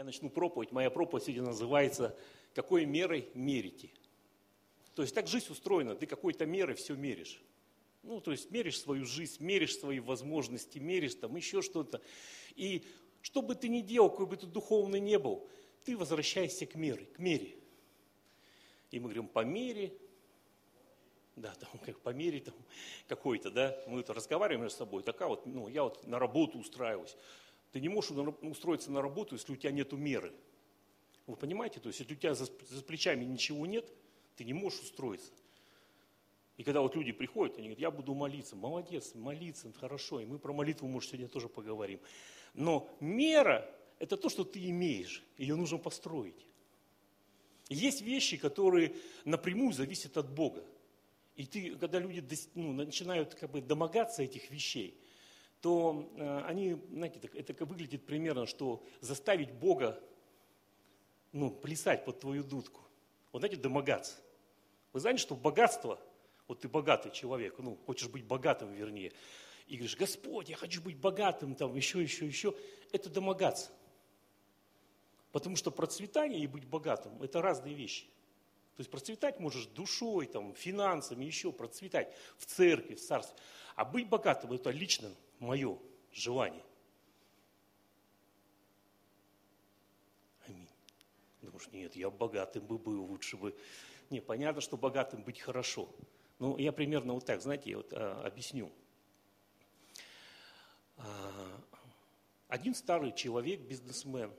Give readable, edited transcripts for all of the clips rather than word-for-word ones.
Я начну проповедь. Моя проповедь сегодня называется «Какой мерой мерите?». То есть так жизнь устроена, ты какой-то мерой все меришь. То есть меришь свою жизнь, меришь свои возможности, меришь там еще что-то. И что бы ты ни делал, какой бы ты духовный не был, ты возвращаешься к мере. И мы говорим по мере, да, там, как по мере там, какой-то, да, мы это разговариваем между собой, такая вот, я вот на работу устраиваюсь. Ты не можешь устроиться на работу, если у тебя нету меры. Вы понимаете? То есть, если у тебя за плечами ничего нет, ты не можешь устроиться. И когда вот люди приходят, они говорят, я буду молиться. Молодец, молиться, хорошо. И мы про молитву, может, сегодня тоже поговорим. Но мера – это то, что ты имеешь. Ее нужно построить. Есть вещи, которые напрямую зависят от Бога. И ты, когда люди начинают домогаться этих вещей, то они, знаете, это выглядит примерно, что заставить Бога плясать под твою дудку. Вот знаете, домогаться. Вы знаете, что богатство, вот ты богатый человек, хочешь быть богатым, вернее, и говоришь, Господь, я хочу быть богатым, там, еще, это домогаться. Потому что процветание и быть богатым – это разные вещи. То есть процветать можешь душой, там, финансами, еще процветать в церкви, в царстве. А быть богатым – это лично мое желание. Аминь. Думаешь, нет, я богатым бы был, лучше бы. Не, понятно, что богатым быть хорошо. Но я примерно вот так, знаете, объясню. Один старый человек, бизнесмен,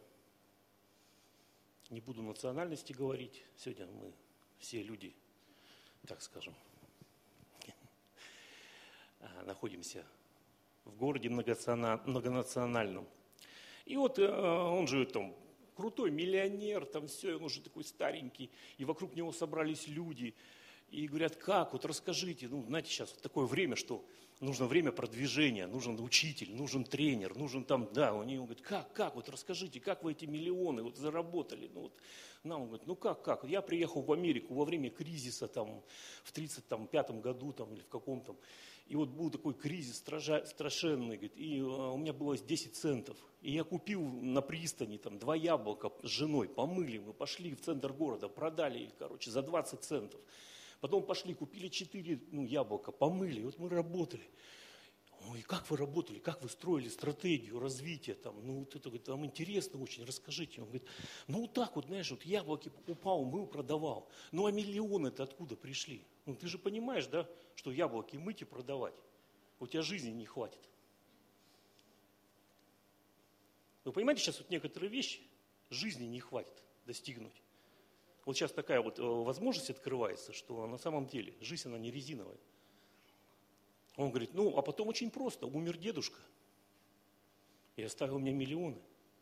не буду национальности говорить, сегодня мы все люди, так скажем, находимся в городе многонациональном. И вот он же там крутой миллионер, там все, он уже такой старенький, и вокруг него собрались люди, и говорят, как, вот расскажите, знаете, сейчас вот такое время, что нужно время продвижения, нужен учитель, нужен тренер, нужен там, да, они говорят, как, вот расскажите, как вы эти миллионы вот заработали, он говорит, как, я приехал в Америку во время кризиса там в 1935 году там или в каком-то, и вот был такой кризис страшенный, говорит, и у меня было 10 центов, и я купил на пристани там 2 яблока с женой, помыли, мы пошли в центр города, продали их, за 20 центов. Потом пошли, купили 4 яблока, помыли, и вот мы работали. Ой, как вы работали, как вы строили стратегию развития, там, это говорит, вам интересно очень, расскажите. Он говорит, вот так вот, знаешь, вот яблоки покупал, мыл, продавал. А миллионы-то откуда пришли? Ты же понимаешь, да, что яблоки мыть и продавать, у тебя жизни не хватит. Вы понимаете, сейчас вот некоторые вещи жизни не хватит достигнуть. Вот сейчас такая вот возможность открывается, что на самом деле жизнь, она не резиновая. Он говорит, а потом очень просто, умер дедушка и оставил мне миллионы.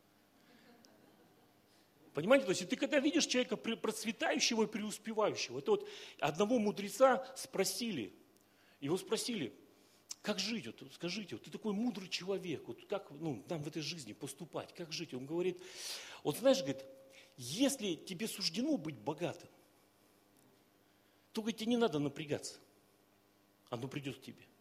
Понимаете, то есть ты когда видишь человека процветающего и преуспевающего, это вот одного мудреца спросили, его спросили, как жить, вот, скажите, вот ты такой мудрый человек, вот как нам в этой жизни поступать, как жить? Он говорит, вот знаешь, говорит, если тебе суждено быть богатым, то, говорит, тебе не надо напрягаться. Оно придет к тебе.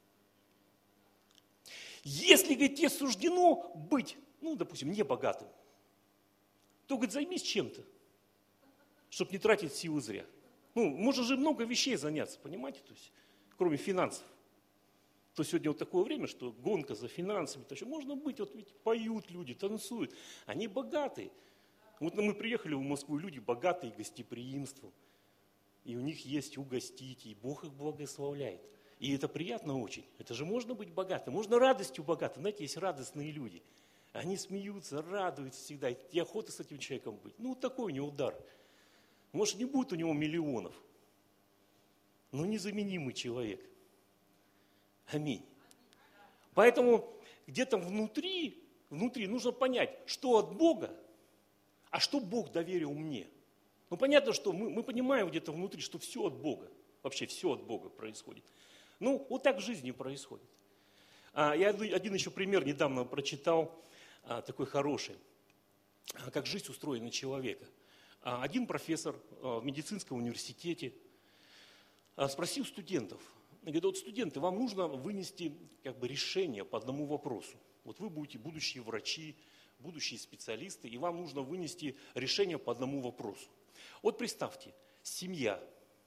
Если, говорит, тебе суждено быть, допустим, не богатым, то, говорит, займись чем-то, чтобы не тратить силы зря. Можно же много вещей заняться, понимаете, то есть, кроме финансов. То сегодня вот такое время, что гонка за финансами, то еще можно быть, вот ведь поют люди, танцуют, они богатые. Вот мы приехали в Москву, люди богатые гостеприимством, и у них есть угостить, и Бог их благословляет. И это приятно очень. Это же можно быть богатым, можно радостью богатым. Знаете, есть радостные люди. Они смеются, радуются всегда. И охота с этим человеком быть. Такой у него удар. Может, не будет у него миллионов, но незаменимый человек. Аминь. Поэтому где-то внутри нужно понять, что от Бога, а что Бог доверил мне. Понятно, что мы понимаем где-то внутри, что все от Бога. Вообще все от Бога происходит. Вот так в жизни происходит. Я один еще пример недавно прочитал, такой хороший, как жизнь устроена человека. Один профессор в медицинском университете спросил студентов, говорит, вот студенты, вам нужно вынести решение по одному вопросу. Вот вы будете будущие врачи, будущие специалисты, и вам нужно вынести решение по одному вопросу. Вот представьте, семья.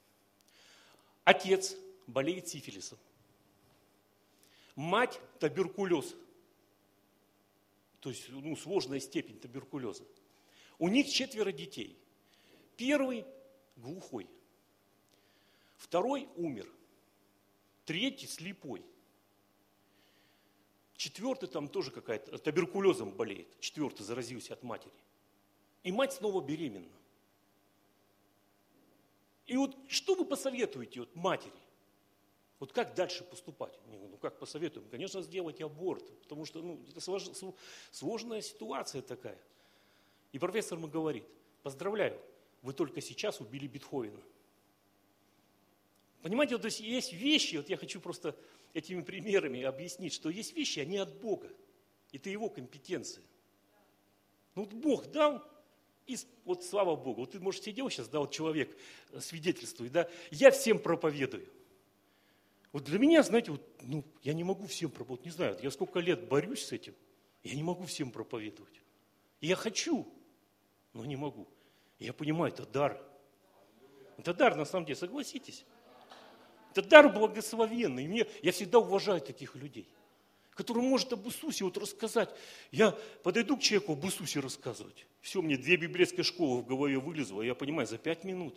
Отец болеет сифилисом. Мать туберкулез. То есть сложная степень туберкулеза. У них 4 детей. Первый глухой. Второй умер. Третий слепой. 4 там тоже какая-то туберкулезом болеет. 4 заразился от матери. И мать снова беременна. И вот что вы посоветуете вот матери? Вот как дальше поступать? Как посоветуем? Конечно, сделать аборт, потому что это сложная ситуация такая. И профессор ему говорит: поздравляю, вы только сейчас убили Бетховена. Понимаете, то есть есть вещи, вот я хочу просто этими примерами объяснить, что есть вещи, они от Бога. Это его компетенция. Вот Бог дал, и вот слава Богу. Вот ты, может, сидел сейчас, да, вот человек свидетельствует, да, я всем проповедую. Вот для меня, знаете, вот, я не могу всем проповедовать, не знаю, я сколько лет борюсь с этим, я не могу всем проповедовать. И я хочу, но не могу. И я понимаю, это дар. Это дар, на самом деле, согласитесь. Это дар благословенный. Я всегда уважаю таких людей, который может об Иисусе вот рассказать. Я подойду к человеку об Иисусе рассказывать. Все, мне 2 библейские школы в голове вылезло, я понимаю, за 5 минут.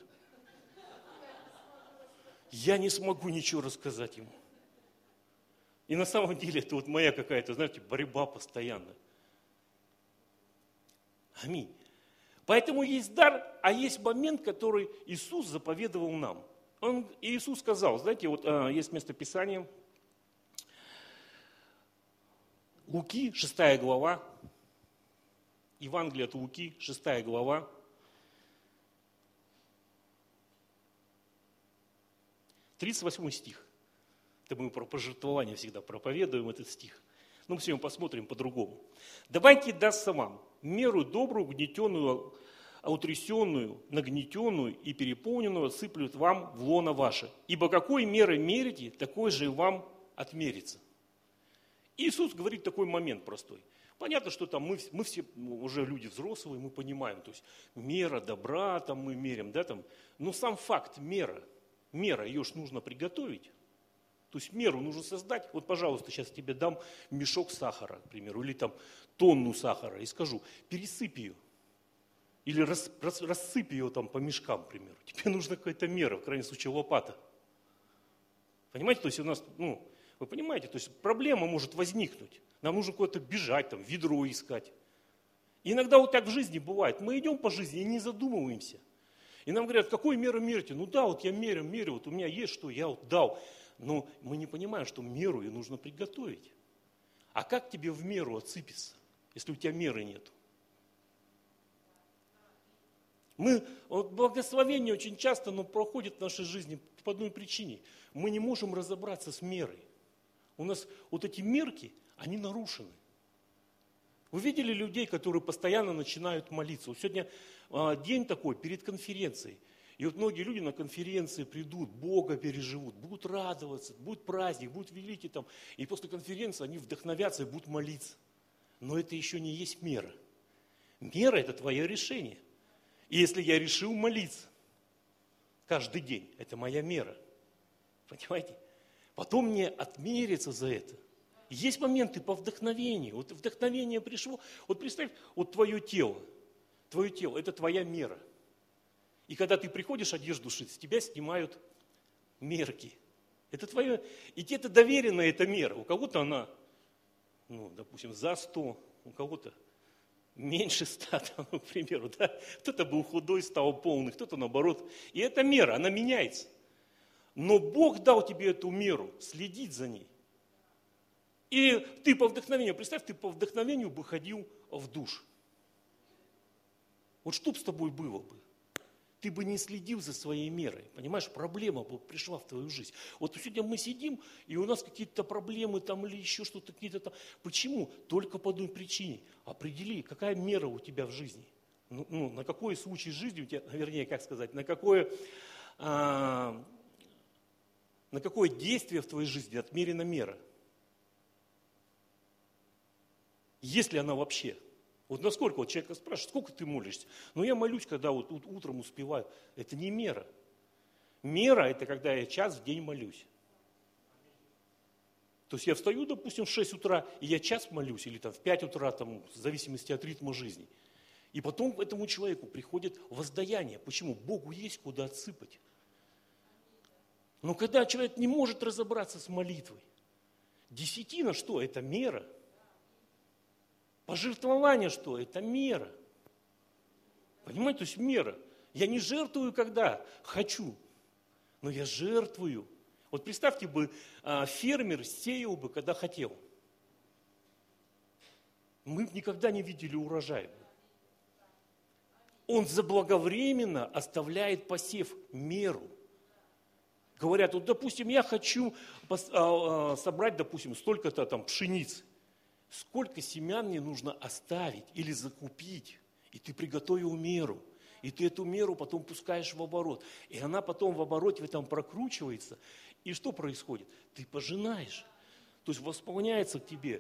Я не смогу ничего рассказать ему. И на самом деле это вот моя какая-то, знаете, борьба постоянная. Аминь. Поэтому есть дар, а есть момент, который Иисус заповедовал нам. Иисус сказал, знаете, вот есть местописание, Луки, 6 глава, Евангелие от Луки, 6 глава, 38 стих. Это мы про пожертвование всегда проповедуем этот стих. Ну, все мы посмотрим по-другому. «Давайте дастся вам меру добрую, гнетенную, утрясенную, нагнетенную и переполненную сыплют вам в лоно ваше. Ибо какой мерой мерите, такой же и вам отмерится». Иисус говорит такой момент простой. Понятно, что там мы все уже люди взрослые, мы понимаем, то есть мера добра там мы меряем, да, там, но сам факт мера, ее же нужно приготовить. То есть меру нужно создать. Вот, пожалуйста, сейчас тебе дам мешок сахара, к примеру, или там тонну сахара, и скажу: пересыпь ее. Или рассыпь ее там по мешкам, к примеру. Тебе нужна какая-то мера, в крайнем случае лопата. Понимаете, то есть у нас, вы понимаете, то есть проблема может возникнуть. Нам нужно куда-то бежать, там, ведро искать. И иногда вот так в жизни бывает. Мы идем по жизни и не задумываемся. И нам говорят: какой меру мерите? Вот я мерю, вот у меня есть что, я вот дал. Но мы не понимаем, что меру ее нужно приготовить. А как тебе в меру отсыпется, если у тебя меры нет? Благословение очень часто проходит в нашей жизни по одной причине. Мы не можем разобраться с мерой. У нас вот эти мерки, они нарушены. Вы видели людей, которые постоянно начинают молиться? Вот сегодня день такой, перед конференцией. И вот многие люди на конференции придут, Бога переживут, будут радоваться, будет праздник, будет великий там. И после конференции они вдохновятся и будут молиться. Но это еще не есть мера. Мера – это твое решение. И если я решил молиться каждый день, это моя мера. Понимаете? Потом мне отмерится за это. Есть моменты по вдохновению. Вот вдохновение пришло. Вот представь, вот твое тело – это твоя мера. И когда ты приходишь одежду шить, с тебя снимают мерки. Это твое, и тебе-то доверена эта мера. У кого-то она, допустим, за 100, у кого-то меньше 100, к примеру. Да? Кто-то был худой, стал полный, кто-то наоборот. И эта мера, она меняется. Но Бог дал тебе эту меру, следить за ней. И ты по вдохновению, представь, ты по вдохновению бы ходил в душ. Вот что бы с тобой было бы? Ты бы не следил за своей мерой. Понимаешь, проблема бы пришла в твою жизнь. Вот сегодня мы сидим, и у нас какие-то проблемы там или еще что-то какие-то там. Почему? Только по одной причине. Определи, какая мера у тебя в жизни. На какой случай жизни у тебя, вернее, как сказать, на какое действие в твоей жизни отмерена мера. Есть ли она вообще? Вот насколько вот человека спрашивают, сколько ты молишься? Ну я молюсь, когда вот утром успеваю. Это не мера. Мера – это когда я час в день молюсь. То есть я встаю, допустим, в 6 утра, и я час молюсь, или там в 5 утра, там, в зависимости от ритма жизни. И потом этому человеку приходит воздаяние. Почему? Богу есть куда отсыпать. Но когда человек не может разобраться с молитвой, десятина что? Это мера. Пожертвование что? Это мера. Понимаете, то есть мера. Я не жертвую, когда хочу, но я жертвую. Вот представьте бы, фермер сеял бы, когда хотел. Мы никогда не видели урожая. Он заблаговременно оставляет посев, меру. Говорят, вот, допустим, я хочу собрать, допустим, столько-то там пшеницы. Сколько семян мне нужно оставить или закупить? И ты приготовил меру. И ты эту меру потом пускаешь в оборот. И она потом в обороте в этом прокручивается. И что происходит? Ты пожинаешь. То есть восполняется к тебе.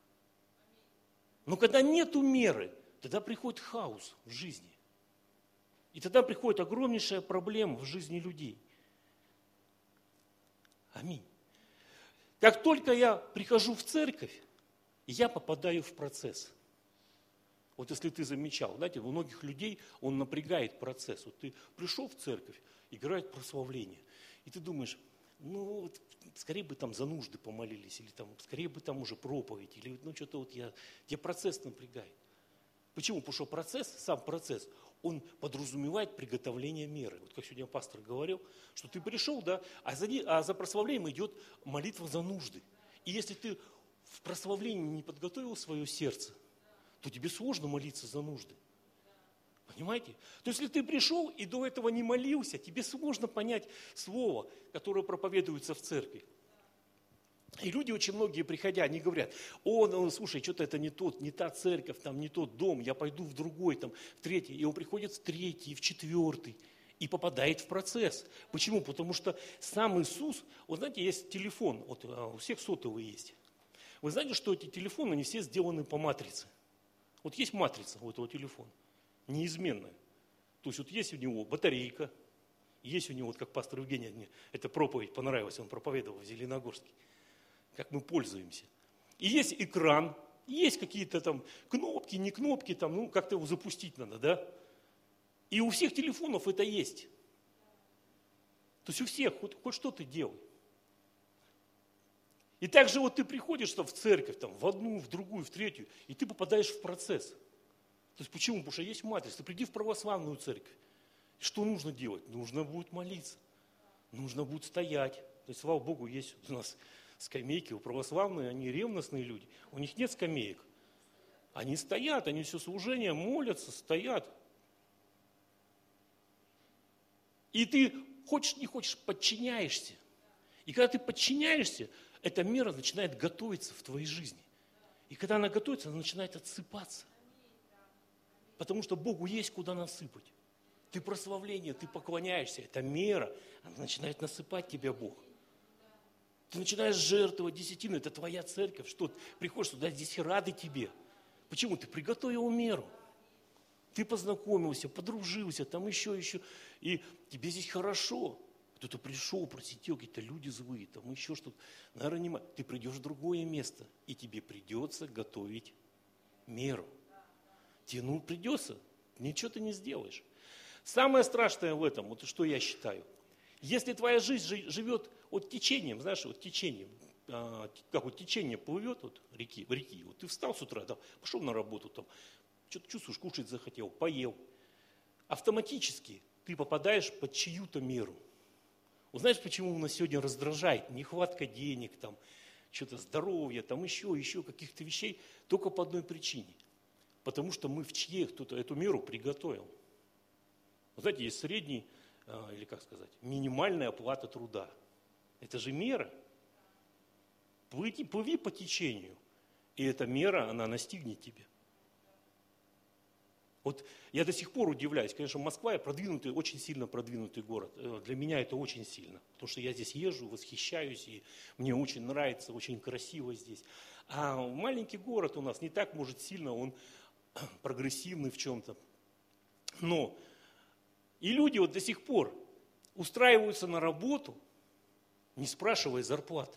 Но когда нету меры, тогда приходит хаос в жизни. И тогда приходит огромнейшая проблема в жизни людей. Аминь. Как только я прихожу в церковь, я попадаю в процесс. Вот если ты замечал, знаете, у многих людей он напрягает процесс. Вот ты пришел в церковь, играет прославление, и ты думаешь, ну, вот, скорее бы там за нужды помолились, или там, скорее бы там уже проповедь, или ну что-то вот тебе процесс напрягает. Почему? Потому что процесс, сам процесс, он подразумевает приготовление меры. Вот как сегодня пастор говорил, что ты пришел, да, а за прославлением идет молитва за нужды. И если ты в прославлении не подготовил свое сердце, то тебе сложно молиться за нужды. Понимаете? То есть, если ты пришел и до этого не молился, тебе сложно понять слово, которое проповедуется в церкви. И люди очень многие, приходя, они говорят, ну, слушай, что-то это не та церковь, там, не тот дом, я пойду в другой, там, в третий. И он приходит в третий, в четвертый и попадает в процесс. Почему? Потому что сам Иисус, вот знаете, есть телефон, вот у всех сотовые есть. Вы знаете, что эти телефоны, они все сделаны по матрице. Вот есть матрица у этого телефона, неизменная. То есть вот есть у него батарейка, есть у него, вот как пастор Евгений, мне эта проповедь понравилась, он проповедовал в Зеленогорске, как мы пользуемся. И есть экран, есть какие-то там кнопки, не кнопки, там, ну как-то его запустить надо, да? И у всех телефонов это есть. То есть у всех, хоть что ты делай. И также вот ты приходишь там, в церковь, там, в одну, в другую, в третью, и ты попадаешь в процесс. То есть почему? Потому что есть матрица. Ты приди в православную церковь. Что нужно делать? Нужно будет молиться. Нужно будет стоять. То есть, слава Богу, есть у нас скамейки. У православных, они ревностные люди. У них нет скамеек. Они стоят, они все служение молятся, стоят. И ты, хочешь не хочешь, подчиняешься. И когда ты подчиняешься, эта мера начинает готовиться в твоей жизни. И когда она готовится, она начинает отсыпаться. Потому что Богу есть куда насыпать. Ты прославление, ты поклоняешься. Это мера, она начинает насыпать тебя Бог. Ты начинаешь жертвовать десятину, это твоя церковь. Что, приходишь туда, здесь рады тебе. Почему? Ты приготовил меру. Ты познакомился, подружился, там еще. И тебе здесь хорошо. Кто-то пришел, просидел, какие-то люди злые, там еще что-то. Наверное, не... Ты придешь в другое место, и тебе придется готовить меру. Тебе придется, ничего ты не сделаешь. Самое страшное в этом, вот что я считаю, если твоя жизнь живет вот течением, знаешь, вот течением, как вот течение плывет вот реки, вот ты встал с утра, там, пошел на работу, там, что-то чувствуешь, кушать захотел, поел. Автоматически ты попадаешь под чью-то меру. Вот знаешь, почему у нас сегодня раздражает нехватка денег, там, что-то здоровья, там еще каких-то вещей, только по одной причине. Потому что мы в чьей кто-то эту меру приготовил. Вы знаете, есть средний, или как сказать, минимальная оплата труда. Это же мера. Плыви по течению, и эта мера, она настигнет тебя. Вот я до сих пор удивляюсь, конечно, Москва продвинутый, очень сильно продвинутый город. Для меня это очень сильно, потому что я здесь езжу, восхищаюсь, и мне очень нравится, очень красиво здесь. А маленький город у нас не так, может, сильно он прогрессивны в чем-то. Но и люди вот до сих пор устраиваются на работу, не спрашивая зарплаты.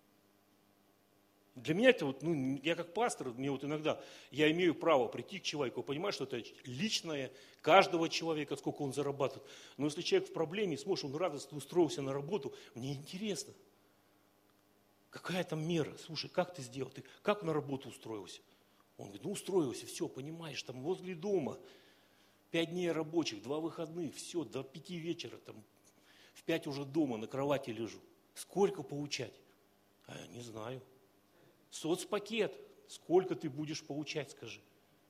Для меня это вот, я как пастор, мне вот иногда, я имею право прийти к человеку, понимаю, что это личное каждого человека, сколько он зарабатывает. Но если человек в проблеме, сможет, он радостно устроился на работу, мне интересно, какая там мера, слушай, как ты сделал, ты как на работу устроился? Он говорит, устроился, все, понимаешь, там возле дома, 5 дней рабочих, 2 выходных, все, до 5 вечера, там, в 5 уже дома на кровати лежу. Сколько получать? Не знаю. Соцпакет. Сколько ты будешь получать, скажи.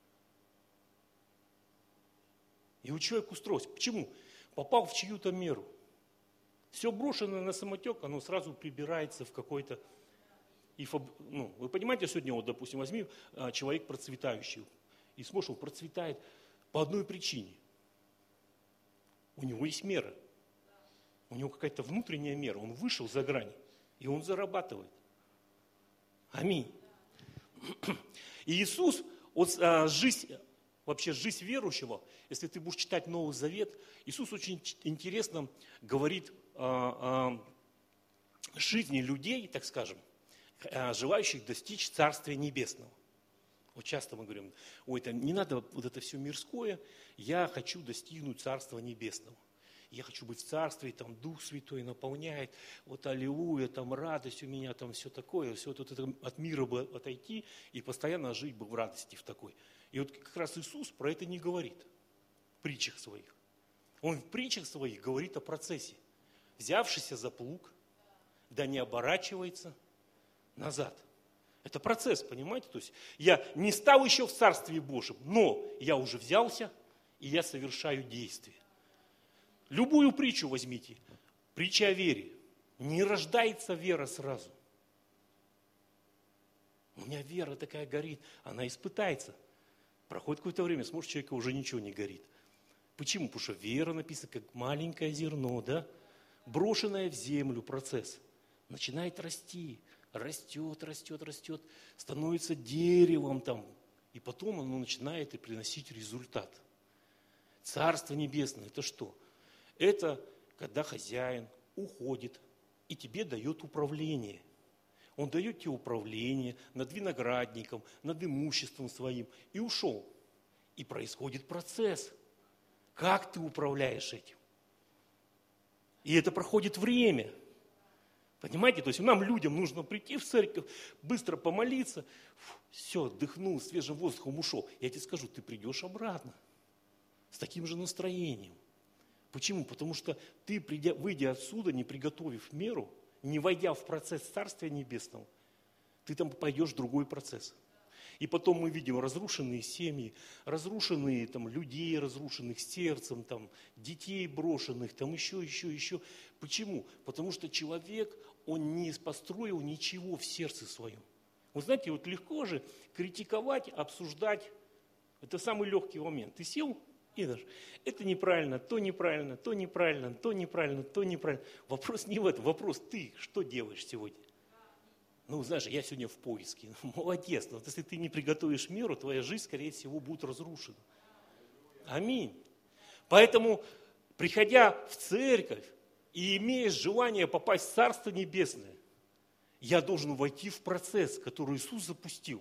И у человека устроился. Почему? Попал в чью-то меру. Все брошенное на самотек, оно сразу прибирается в какой-то... вы понимаете, сегодня, вот, допустим, возьми человек процветающий. И сможешь, он процветает по одной причине. У него есть мера. У него какая-то внутренняя мера. Он вышел за грань, и он зарабатывает. Аминь. И Иисус, жизнь верующего, если ты будешь читать Новый Завет, Иисус очень интересно говорит о жизни людей, так скажем, желающих достичь Царствия Небесного. Вот часто мы говорим, не надо вот это все мирское, я хочу достигнуть Царства Небесного. Я хочу быть в царстве, там Дух Святой наполняет, вот аллилуйя, там радость у меня, там все такое, все вот это от мира бы отойти и постоянно жить бы в радости в такой. И вот как раз Иисус про это не говорит в притчах своих. Он в притчах своих говорит о процессе. Взявшийся за плуг, да не оборачивается назад. Это процесс, понимаете? То есть я не стал еще в Царстве Божьем, но я уже взялся, и я совершаю действие. Любую притчу возьмите, притча о вере. Не рождается вера сразу. У меня вера такая горит, она испытается. Проходит какое-то время, смотришь, человека уже ничего не горит. Почему? Потому что вера написана как маленькое зерно, да? Брошенное в землю процесс. Начинает расти, растет, становится деревом там. И потом оно начинает и приносить результат. Царство Небесное – это что? Это когда хозяин уходит и тебе дает управление. Он дает тебе управление над виноградником, над имуществом своим. И ушел. И происходит процесс. Как ты управляешь этим? И это проходит время. Понимаете? То есть нам, людям, нужно прийти в церковь, быстро помолиться. Все, отдохнул, свежим воздухом ушел. Я тебе скажу, ты придешь обратно. С таким же настроением. Почему? Потому что ты, выйдя отсюда, не приготовив меру, не войдя в процесс Царствия Небесного, ты там пойдешь в другой процесс. И потом мы видим разрушенные семьи, разрушенные там, людей, разрушенных сердцем, там, детей брошенных, там еще. Почему? Потому что человек, он не построил ничего в сердце своем. Вы знаете, вот легко же критиковать, обсуждать, это самый легкий момент. Ты сел? И даже, это неправильно, то неправильно, то неправильно, то неправильно, то неправильно. Вопрос не в этом, вопрос ты что делаешь сегодня? Знаешь, я сегодня в поиске. Молодец, но если ты не приготовишь меру, твоя жизнь, скорее всего, будет разрушена. Аминь. Поэтому, приходя в церковь и имея желание попасть в Царство Небесное, я должен войти в процесс, который Иисус запустил.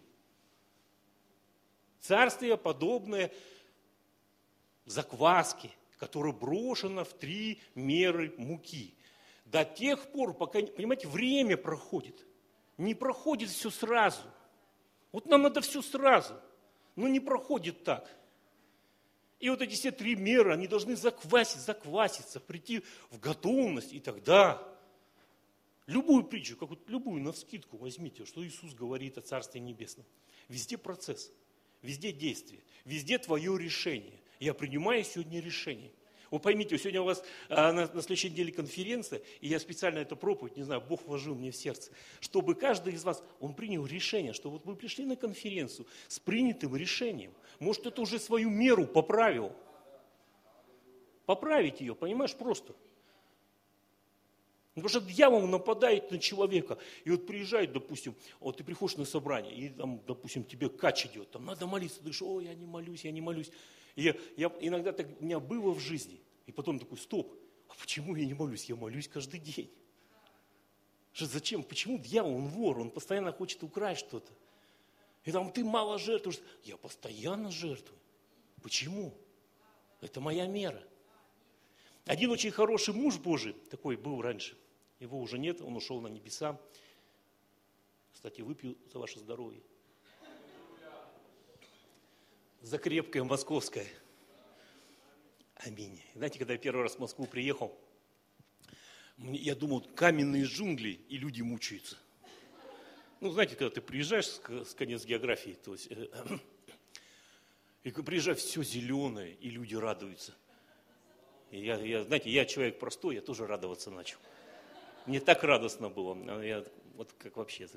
Царствие подобное закваске, которая брошена в 3 меры муки. До тех пор, пока, понимаете, время проходит. Не проходит все сразу. Вот нам надо все сразу, но не проходит так. И вот эти все 3 меры, они должны закваситься, прийти в готовность, и тогда любую притчу, как вот любую навскидку возьмите, что Иисус говорит о Царстве Небесном. Везде процесс, везде действие, везде твое решение. Я принимаю сегодня решение. Вы поймите, сегодня у вас на следующей неделе конференция, и я специально эту проповедь, не знаю, Бог вложил мне в сердце, чтобы каждый из вас, он принял решение, что вот вы пришли на конференцию с принятым решением. Может, кто-то уже свою меру поправил. Поправить ее, понимаешь, просто. Потому что дьявол нападает на человека. И вот приезжает, допустим, вот ты приходишь на собрание, и там, допустим, тебе кач идет, там надо молиться, ты говоришь, ой, я не молюсь, я не молюсь. И иногда так у меня было в жизни. И потом такой, стоп, а почему я не молюсь? Я молюсь каждый день. Зачем? Почему дьявол, он вор, он постоянно хочет украсть что-то. И там ты мало жертвуешь. Я постоянно жертвую. Почему? Это моя мера. Один очень хороший муж Божий, такой был раньше, его уже нет, он ушел на небеса. Кстати, выпью за ваше здоровье. За крепкое московское. Аминь. Знаете, когда я первый раз в Москву приехал, я думал, каменные джунгли, и люди мучаются. Ну, знаете, когда ты приезжаешь с конец географии, то есть, и приезжаешь, все зеленое, и люди радуются. И знаете, я человек простой, я тоже радоваться начал. Мне так радостно было. Я, вот как вообще.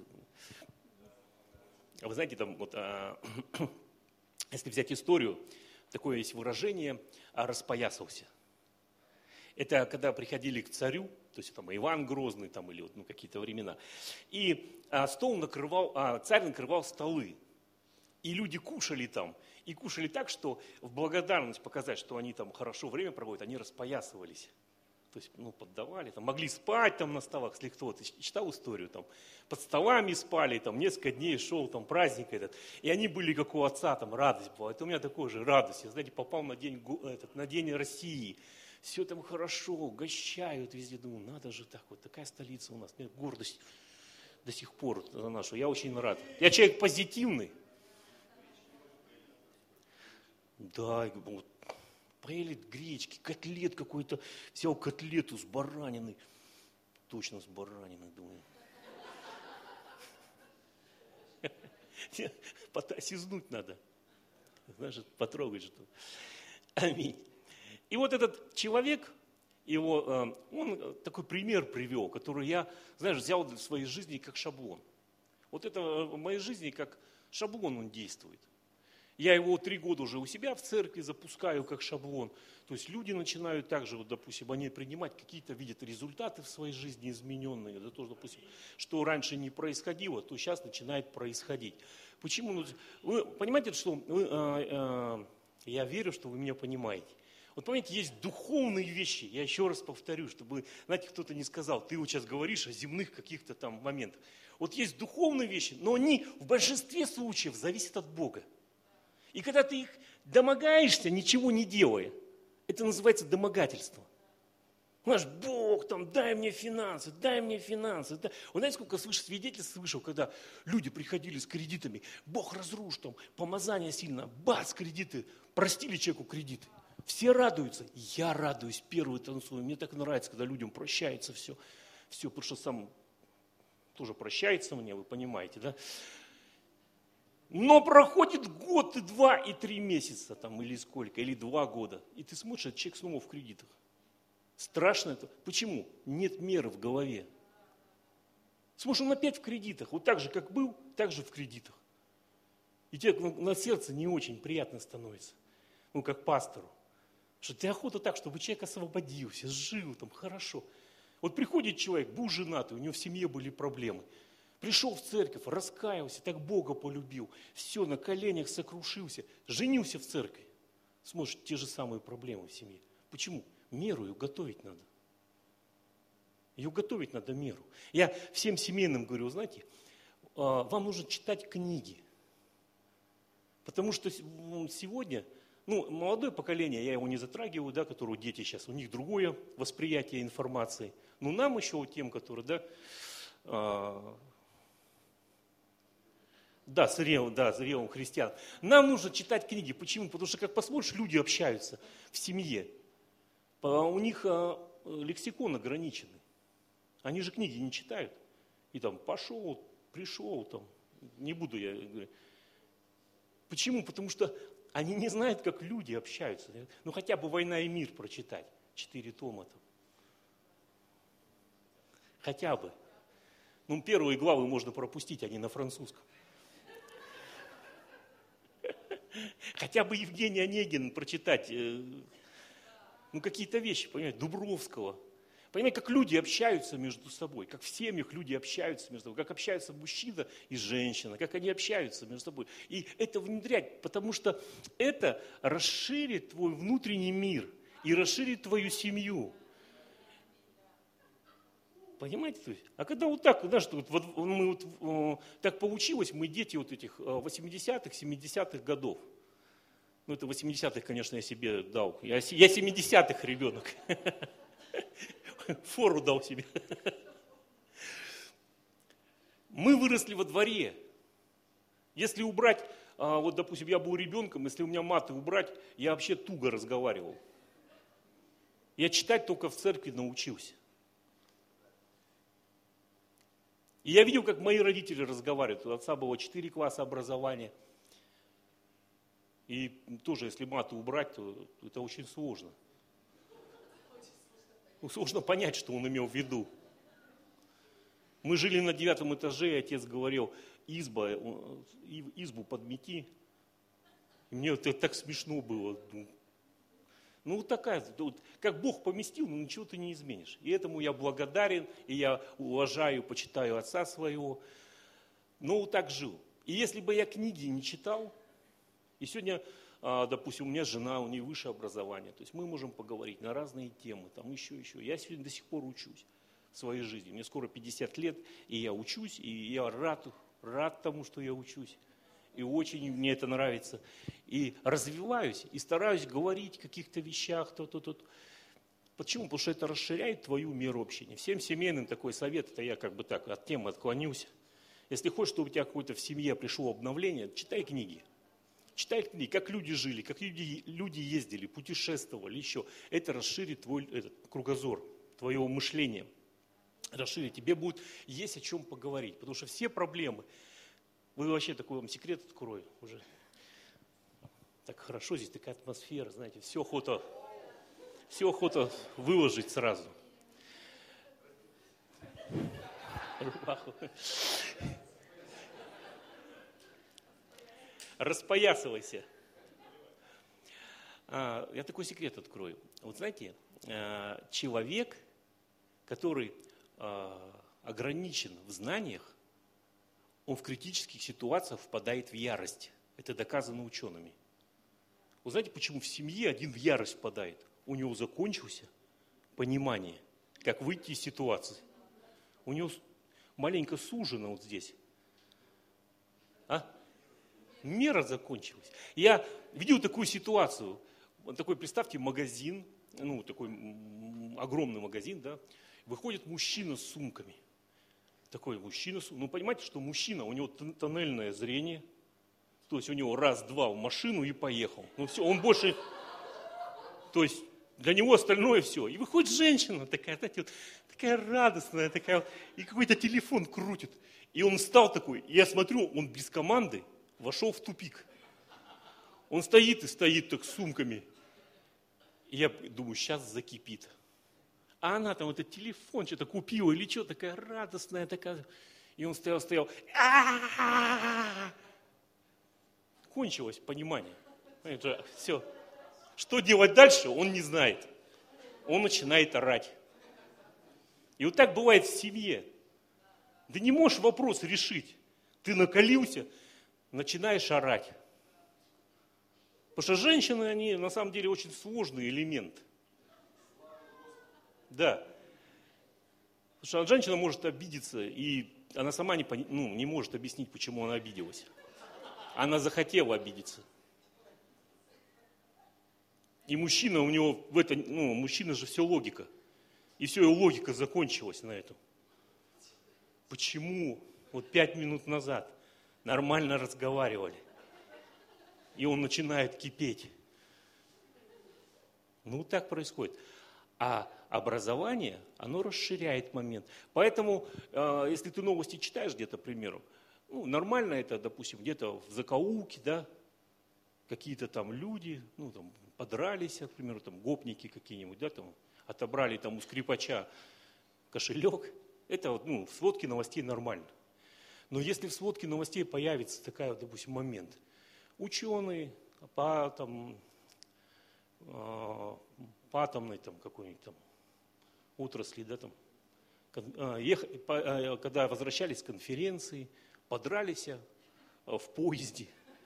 Вы знаете, там вот, если взять историю, такое есть выражение «распоясался». Это когда приходили к царю, то есть там Иван Грозный там, или вот, какие-то времена, и царь накрывал столы, и люди кушали там, и кушали так, что в благодарность показать, что они там хорошо время проводят, они распоясывались. То есть, поддавали, там, могли спать там на столах, если кто-то читал историю, там, под столами спали, там, несколько дней шел там, праздник этот, и они были как у отца, там, радость была. Это у меня такая же радость, я, знаете, попал на день России, все там хорошо, угощают везде, думаю, надо же так, вот такая столица у нас, у меня гордость до сих пор за нашу, я очень рад. Я человек позитивный. Да, вот, поели гречки, котлет какой-то, взял котлету с бараниной, точно с бараниной, думаю. Осизнуть надо, знаешь, потрогать что. Аминь. И вот этот человек, он такой пример привел, который я, знаешь, взял для своей жизни как шаблон. Вот это в моей жизни как шаблон он действует. Я его 3 года уже у себя в церкви запускаю как шаблон. То есть люди начинают также, вот, допустим, они принимать какие-то, видят результаты в своей жизни измененные. За то, допустим, что раньше не происходило, то сейчас начинает происходить. Почему? Вы понимаете, что я верю, что вы меня понимаете. Вот понимаете, есть духовные вещи, я еще раз повторю, чтобы, знаете, кто-то не сказал, ты вот сейчас говоришь о земных каких-то там моментах. Вот есть духовные вещи, но они в большинстве случаев зависят от Бога. И когда ты их домогаешься, ничего не делая, это называется домогательство. Знаешь, Бог, там, дай мне финансы, дай мне финансы. Вот знаете, сколько свидетельств слышал, когда люди приходили с кредитами, Бог разрушь, там, помазание сильно, бац, кредиты, простили человеку кредиты. Все радуются, я радуюсь, первый танцую. Мне так нравится, когда людям прощается все, потому что сам тоже прощается мне, вы понимаете, да? Но проходит год, и 2, и 3 месяца, там, или сколько, или 2 года. И ты смотришь, этот человек снова в кредитах. Страшно это. Почему? Нет меры в голове. Смотришь, он опять в кредитах. Вот так же, как был, так же в кредитах. И тебе на сердце не очень приятно становится. Как пастору. Что ты охота так, чтобы человек освободился, жил там хорошо. Вот приходит человек, был женатый, у него в семье были проблемы. Пришел в церковь, раскаялся, так Бога полюбил. Все, на коленях сокрушился. Женился в церкви. Смотришь, те же самые проблемы в семье. Почему? Меру ее готовить надо. Ее готовить надо меру. Я всем семейным говорю, знаете, вам нужно читать книги. Потому что сегодня, молодое поколение, я его не затрагиваю, да, которого дети сейчас, у них другое восприятие информации. Но нам еще, тем, которые, зрелым христиан. Нам нужно читать книги. Почему? Потому что, как посмотришь, люди общаются в семье. У них лексикон ограниченный. Они же книги не читают. И там пошел, пришел, там, не буду я говорить. Почему? Потому что они не знают, как люди общаются. Хотя бы «Война и мир» прочитать. 4 тома там. Хотя бы. Первые главы можно пропустить, они на французском. Хотя бы Евгений Онегин прочитать, какие-то вещи, понимаете, Дубровского. Понимаете, как люди общаются между собой, как в семьях люди общаются между собой, как общаются мужчина и женщина, как они общаются между собой. И это внедрять, потому что это расширит твой внутренний мир и расширит твою семью. Понимаете? То есть, а когда вот так, знаешь, мы так получилось, мы дети вот этих 80-х, 70-х годов. Ну, это 80-х, конечно, я себе дал. Я 70-х ребенок. Фору дал себе. Мы выросли во дворе. Если убрать, вот, допустим, я был ребенком, если у меня маты убрать, я вообще туго разговаривал. Я читать только в церкви научился. И я видел, как мои родители разговаривают. У отца было 4 класса образования. И тоже, если маты убрать, то это очень сложно. Сложно понять, что он имел в виду. Мы жили на 9 этаже, и отец говорил, избу подмети. И мне это так смешно было. Ну, вот такая, вот, как Бог поместил, но ничего ты не изменишь. И этому я благодарен, и я уважаю, почитаю отца своего. Но вот так жил. И если бы я книги не читал, и сегодня, допустим, у меня жена, у нее высшее образование, то есть мы можем поговорить на разные темы, там еще. Я сегодня до сих пор учусь в своей жизни. Мне скоро 50 лет, и я учусь, и я рад тому, что я учусь. И очень мне это нравится. И развиваюсь, и стараюсь говорить о каких-то вещах. Почему? Потому что это расширяет твою меру общения. Всем семейным такой совет, это я как бы так от темы отклонюсь. Если хочешь, чтобы у тебя какое-то в семье пришло обновление, читай книги. Читай книги, как люди жили, как люди ездили, путешествовали, еще. Это расширит твой кругозор, твоего мышления. Расширит. Тебе будет есть о чем поговорить. Потому что все проблемы, вы вообще такой вам секрет открою уже. Так хорошо, здесь такая атмосфера, знаете, все охота выложить сразу. Рубаху. Распоясывайся. Я такой секрет открою. Вот знаете, человек, который ограничен в знаниях, он в критических ситуациях впадает в ярость. Это доказано учеными. Вы знаете, почему в семье один в ярость впадает? У него закончился понимание, как выйти из ситуации. У него маленько сужено вот здесь. Мера закончилась. Я видел такую ситуацию. Такой, представьте, магазин, такой огромный магазин, да. Выходит мужчина с сумками. Такой мужчина, понимаете, что мужчина, у него тоннельное зрение. То есть у него раз-два в машину и поехал. Все, он больше... То есть для него остальное все. И выходит женщина такая, знаете, вот, такая радостная, такая, и какой-то телефон крутит. И он встал такой, и я смотрю, он без команды вошел в тупик. Он стоит так с сумками. И я думаю, сейчас закипит. А она там этот телефон что-то купила или что, такая радостная такая. И он стоял. Кончилось понимание. Все. Что делать дальше, он не знает. Он начинает орать. И вот так бывает в семье. Ты не можешь вопрос решить. Ты накалился, начинаешь орать. Потому что женщины, они на самом деле очень сложный элемент. Да. Потому что женщина может обидеться, и она сама не может объяснить, почему она обиделась. Она захотела обидеться. И мужчина, у него мужчина же все логика. И все, его логика закончилась на этом. Почему? Вот 5 минут назад нормально разговаривали. И он начинает кипеть. Так происходит. А образование, оно расширяет момент. Поэтому, если ты новости читаешь где-то, к примеру, нормально это, допустим, где-то в закоулке, да, какие-то там люди, подрались, к примеру, там гопники какие-нибудь, да, там отобрали там у скрипача кошелек. Это в сводке новостей нормально. Но если в сводке новостей появится такая, допустим, момент, ученые по атомной там какой-нибудь там отрасли, да, там, когда возвращались с конференции, подрались в поезде.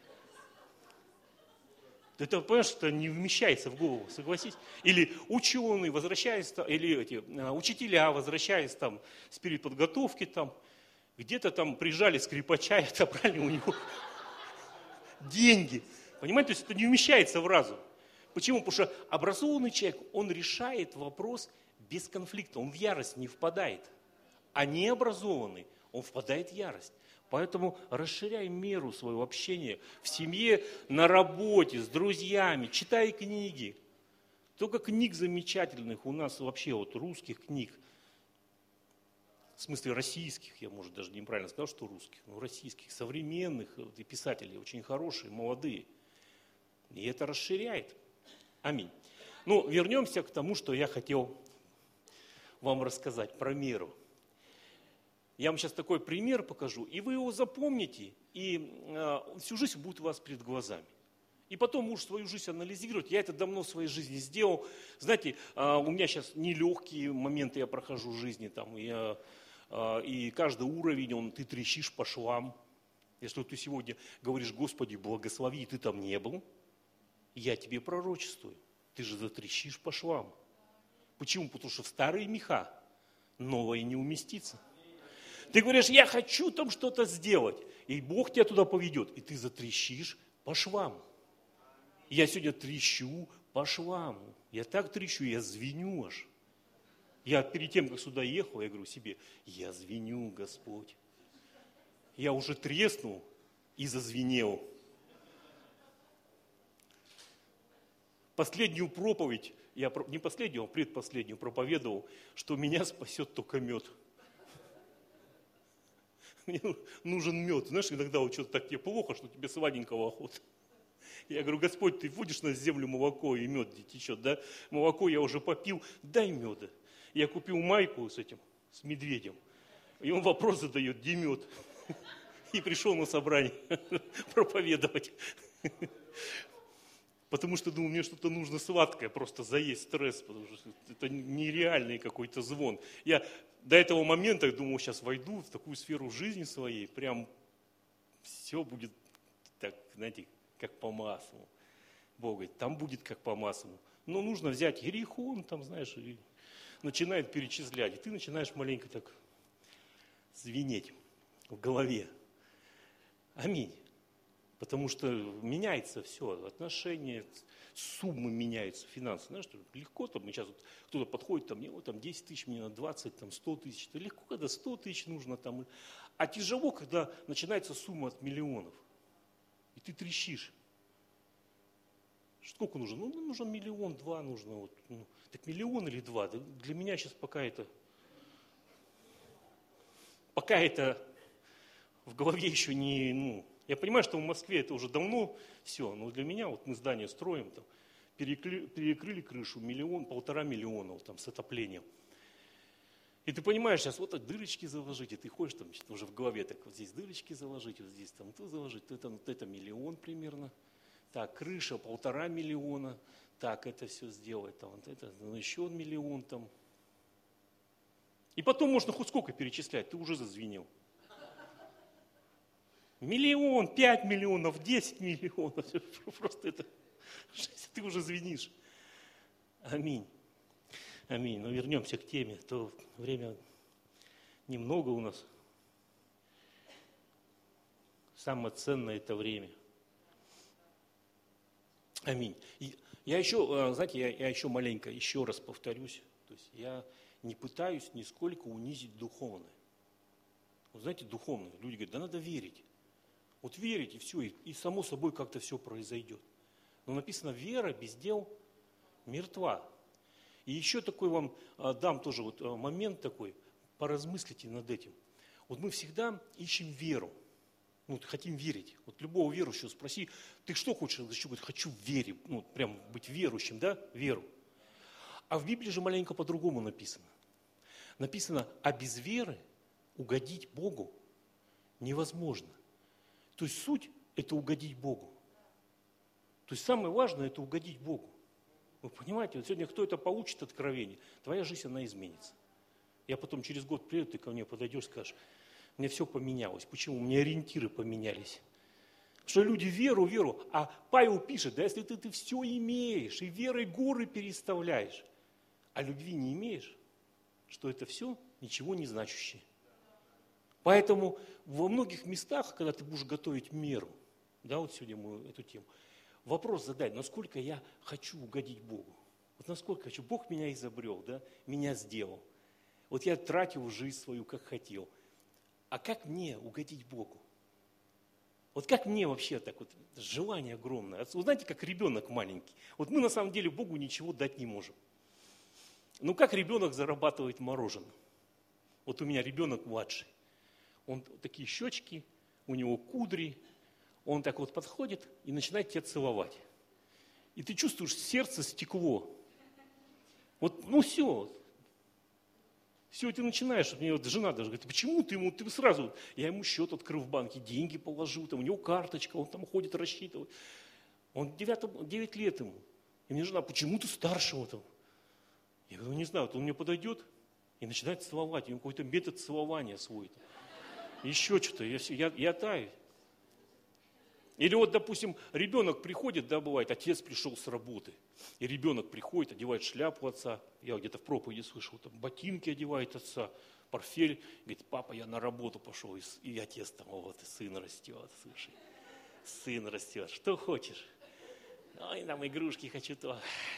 Это, понимаешь, это не вмещается в голову, согласись? Или ученые, возвращаясь, или учителя, возвращаясь там с переподготовки, там, где-то там прижали скрипача и отобрали у него деньги. Понимаете, то есть это не вмещается в разум. Почему? Потому что образованный человек, он решает вопрос без конфликта, он в ярость не впадает. А необразованный, он впадает в ярость. Поэтому расширяй меру своего общения в семье, на работе, с друзьями, читай книги. Только книг замечательных у нас вообще, вот русских книг, в смысле российских, я, может, даже неправильно сказал, что русских, но российских, современных вот, и писателей, очень хорошие, молодые. И это расширяет. Аминь. Ну, вернемся к тому, что я хотел вам рассказать про меру. Я вам сейчас такой пример покажу, и вы его запомните, и всю жизнь будет у вас перед глазами. И потом уж свою жизнь анализировать. Я это давно в своей жизни сделал. Знаете, у меня сейчас нелегкие моменты я прохожу в жизни. Там, и каждый уровень, ты трещишь по швам. Если ты сегодня говоришь, Господи, благослови, и ты там не был, я тебе пророчествую. Ты же затрещишь по швам. Почему? Потому что в старые меха новое не уместится. Ты говоришь, я хочу там что-то сделать. И Бог тебя туда поведет. И ты затрещишь по швам. Я сегодня трещу по швам. Я так трещу, я звеню аж. Я перед тем, как сюда ехал, я говорю себе, я звеню, Господь. Я уже треснул и зазвенел. Последнюю проповедь, я не последнюю, а предпоследнюю проповедовал, что меня спасет только мед. Мне нужен мед. Знаешь, иногда вот что-то так тебе плохо, что тебе сладенького охота. Я говорю, Господь, ты вводишь на землю молоко, и мед течет, да? Молоко я уже попил, дай меда. Я купил майку с медведем, и он вопрос задает, где мед? И пришел на собрание проповедовать. Потому что, думаю, мне что-то нужно сладкое, просто заесть стресс, потому что это нереальный какой-то звон. Я до этого момента думал, сейчас войду в такую сферу жизни своей, прям все будет так, знаете, как по маслу. Бог говорит, там будет как по маслу. Но нужно взять иерихон, там, знаешь, и начинает перечислять. И ты начинаешь маленько так звенеть в голове. Аминь. Потому что меняется все, отношения, суммы меняются, финансы. Знаешь, легко там, сейчас вот кто-то подходит, там, мне там 10 тысяч, мне надо 20, там, 100 тысяч. Это легко, когда 100 тысяч нужно. Там. А тяжело, когда начинается сумма от миллионов. И ты трещишь. Сколько нужно? Ну, нужно 1-2 миллиона нужно. Вот. Ну, так 1 миллион или 2? Да для меня сейчас пока это в голове еще не... Я понимаю, что в Москве это уже давно все, но для меня, вот мы здание строим, там, перекрыли крышу, 1-1,5 миллиона вот, там, с отоплением. И ты понимаешь, сейчас вот так дырочки заложить, и ты ходишь там уже в голове, так вот здесь дырочки заложить, вот здесь там то заложить, то это 1 миллион примерно. Так, крыша 1,5 миллиона, так, это все сделать, там, вот это, ну, еще 1 миллион там. И потом можно хоть сколько перечислять, ты уже зазвенел. 1 миллион, 5 миллионов, 10 миллионов. Просто это, ты уже звенишь. Аминь. Аминь. Но вернемся к теме. То время немного у нас. Самое ценное это время. Аминь. И я еще, знаете, я еще маленько, еще раз повторюсь. То есть я не пытаюсь нисколько унизить духовное. Вот знаете, духовное. Люди говорят, да надо верить. Вот верить, и все, и само собой как-то все произойдет. Но написано, вера без дел мертва. И еще такой вам дам тоже вот момент такой, поразмыслите над этим. Вот мы всегда ищем веру, ну, хотим верить. Вот любого верующего спроси, ты что хочешь? Он говорит, хочу верить, ну, прям быть верующим, да, веру. А в Библии же маленько по-другому написано. Написано, а без веры угодить Богу невозможно. То есть суть – это угодить Богу. То есть самое важное – это угодить Богу. Вы понимаете, вот сегодня кто это получит откровение, твоя жизнь, она изменится. Я потом через год приеду, ты ко мне подойдешь, скажешь, мне все поменялось. Почему? У меня ориентиры поменялись. Что люди веру, а Павел пишет, да если ты все имеешь, и верой горы переставляешь, а любви не имеешь, что это все ничего не значащее. Поэтому во многих местах, когда ты будешь готовить меру, да, вот сегодня мы эту тему, вопрос задай, насколько я хочу угодить Богу. Вот насколько хочу. Бог меня изобрел, да, меня сделал. Вот я тратил жизнь свою, как хотел. А как мне угодить Богу? Вот как мне вообще так вот, желание огромное. Вы знаете, как ребенок маленький. Вот мы на самом деле Богу ничего дать не можем. Ну как ребенок зарабатывает мороженое? Вот у меня ребенок младший. Он такие щечки, у него кудри. Он так вот подходит и начинает тебя целовать. И ты чувствуешь, сердце стекло. Вот, ну все. Все, ты начинаешь, мне вот жена даже говорит, почему ты сразу, я ему счет открыл в банке, деньги положил, там, у него карточка, он там ходит, рассчитывает. Он 9 лет ему. И мне жена, почему ты старшего там? Я говорю, не знаю, вот он мне подойдет и начинает целовать, у него какой-то метод целования свой. Еще что-то, я таю. Или вот, допустим, ребенок приходит, да, бывает, отец пришел с работы, и ребенок приходит, одевает шляпу отца, я где-то в проповеди слышал, там, ботинки одевает отца, портфель, говорит, папа, я на работу пошел, и отец там, вот, и сын растет, слушай, сын растет, что хочешь? Ой, там игрушки хочу, то.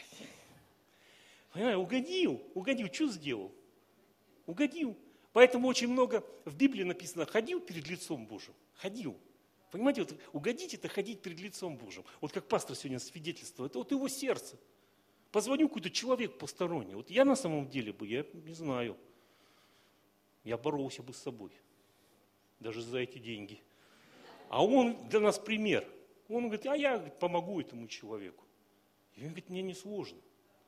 Понимаешь, угодил, что сделал? Угодил. Поэтому очень много в Библии написано, ходил перед лицом Божьим, ходил. Понимаете, вот угодить это ходить перед лицом Божьим. Вот как пастор сегодня свидетельствовал, это вот его сердце. Позвоню какой-то человек посторонний. Вот я на самом деле бы, я не знаю, я боролся бы с собой. Даже за эти деньги. А он для нас пример. Он говорит, а я помогу этому человеку. И он говорит, мне не сложно.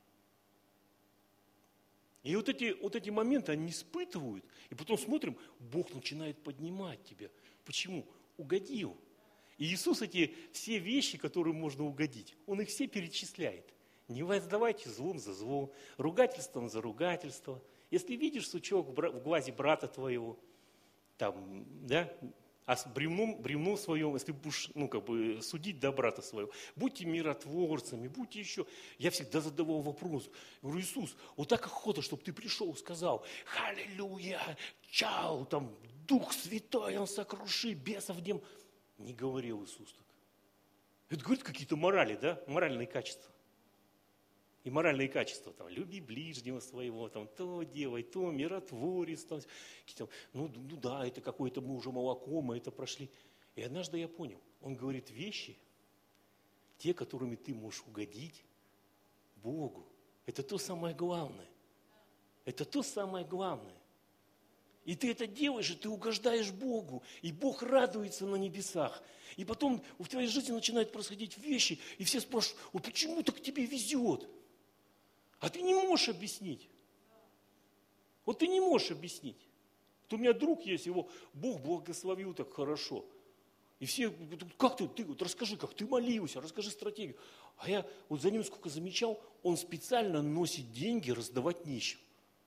И вот эти моменты они испытывают. И потом смотрим, Бог начинает поднимать тебя. Почему? Угодил. И Иисус эти все вещи, которые можно угодить, Он их все перечисляет. Не воздавайте злом за зло, ругательством за ругательство. Если видишь сучок в глазе брата твоего, там, да, а с бревном своем, если будешь, судить, да, брата своего, будьте миротворцами, будьте еще. Я всегда задавал вопрос, говорю, Иисус, вот так охота, чтобы ты пришел, сказал, аллилуйя, чау, там, Дух Святой, Он сокруши бесов дем. Не говорил Иисус так. Это говорит какие-то морали, да, моральные качества. И моральные качества, там, люби ближнего своего, там, то делай, то, миротворец, там, ну да, это какое-то мы уже молоко, мы это прошли. И однажды я понял, он говорит вещи, те, которыми ты можешь угодить Богу. Это то самое главное. Это то самое главное. И ты это делаешь, и ты угождаешь Богу, и Бог радуется на небесах. И потом в твоей жизни начинают происходить вещи, и все спрашивают, вот почему так тебе везет? А ты не можешь объяснить. Вот ты не можешь объяснить. Вот у меня друг есть, его Бог благословил так хорошо. И все, как ты вот расскажи, как ты молился, расскажи стратегию. А я вот за ним сколько замечал, он специально носит деньги раздавать нищим.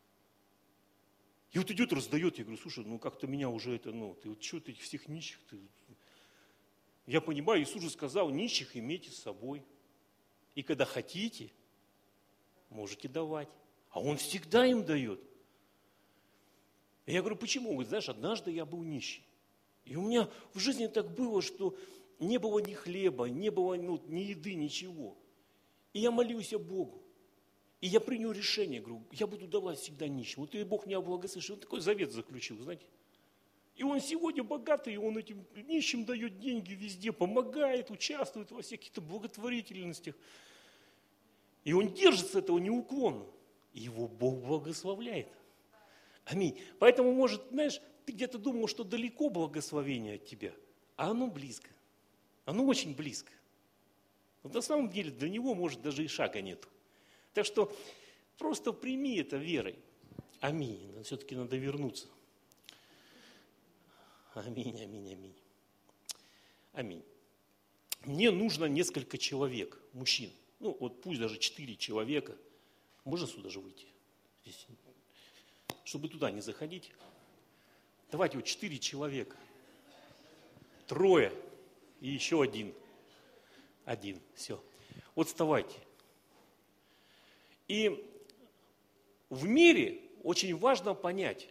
И вот идет, раздает, я говорю, слушай, как-то меня уже ты вот что ты этих всех нищих, Я понимаю, Иисус же сказал, нищих имейте с собой. И когда хотите, можете давать. А Он всегда им дает. И я говорю, почему? Он говорит, знаешь, однажды я был нищий. И у меня в жизни так было, что не было ни хлеба, не было ни еды, ничего. И я молился Богу. И я принял решение, говорю, я буду давать всегда нищим. Вот и Бог меня благословит. Он такой завет заключил, знаете. И он сегодня богатый, и он этим нищим дает деньги везде, помогает, участвует во всех каких-то благотворительностях. И он держится этого неуклонно. И его Бог благословляет. Аминь. Поэтому, может, знаешь, ты где-то думал, что далеко благословение от тебя, а оно близко. Оно очень близко. Вот на самом деле для него, может, даже и шага нету. Так что просто прими это верой. Аминь. Все-таки надо вернуться. Аминь, аминь, аминь. Аминь. Мне нужно несколько человек, мужчин. ну вот пусть даже 4 человека, можно сюда же выйти, здесь, чтобы туда не заходить. Давайте вот 4 человека, 3 и еще один, все. Вот вставайте. И в мире очень важно понять,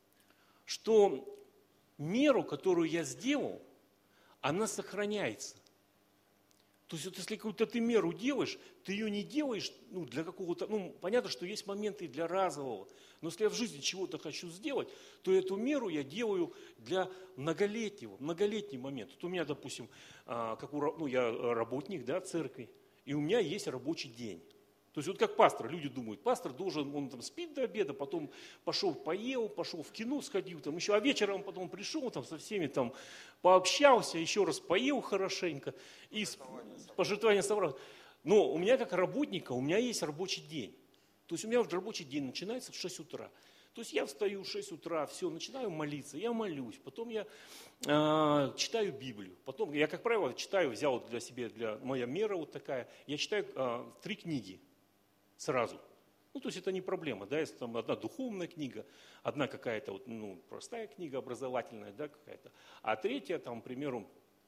что меру, которую я сделал, она сохраняется. То есть вот если какую-то ты меру делаешь, ты ее не делаешь для какого-то, понятно, что есть моменты для разового, но если я в жизни чего-то хочу сделать, то эту меру я делаю для многолетний момент. Вот у меня, допустим, я работник, да, церкви, и у меня есть рабочий день. То есть вот как пастор, люди думают, пастор должен, он там спит до обеда, потом пошел поел, пошел в кино сходил, там еще, а вечером потом пришел, там со всеми там пообщался, еще раз поел хорошенько и пожертвования собрал. Но у меня как работника, у меня есть рабочий день. То есть у меня рабочий день начинается в 6 утра. То есть я встаю в 6 утра, все, начинаю молиться, я молюсь, потом я читаю Библию, потом я, как правило, читаю, взял для себя, моя мера вот такая, я читаю 3 книги. Сразу. То есть это не проблема, да, если там одна духовная книга, одна какая-то вот, простая книга образовательная, да, какая-то, а третья, там, к примеру,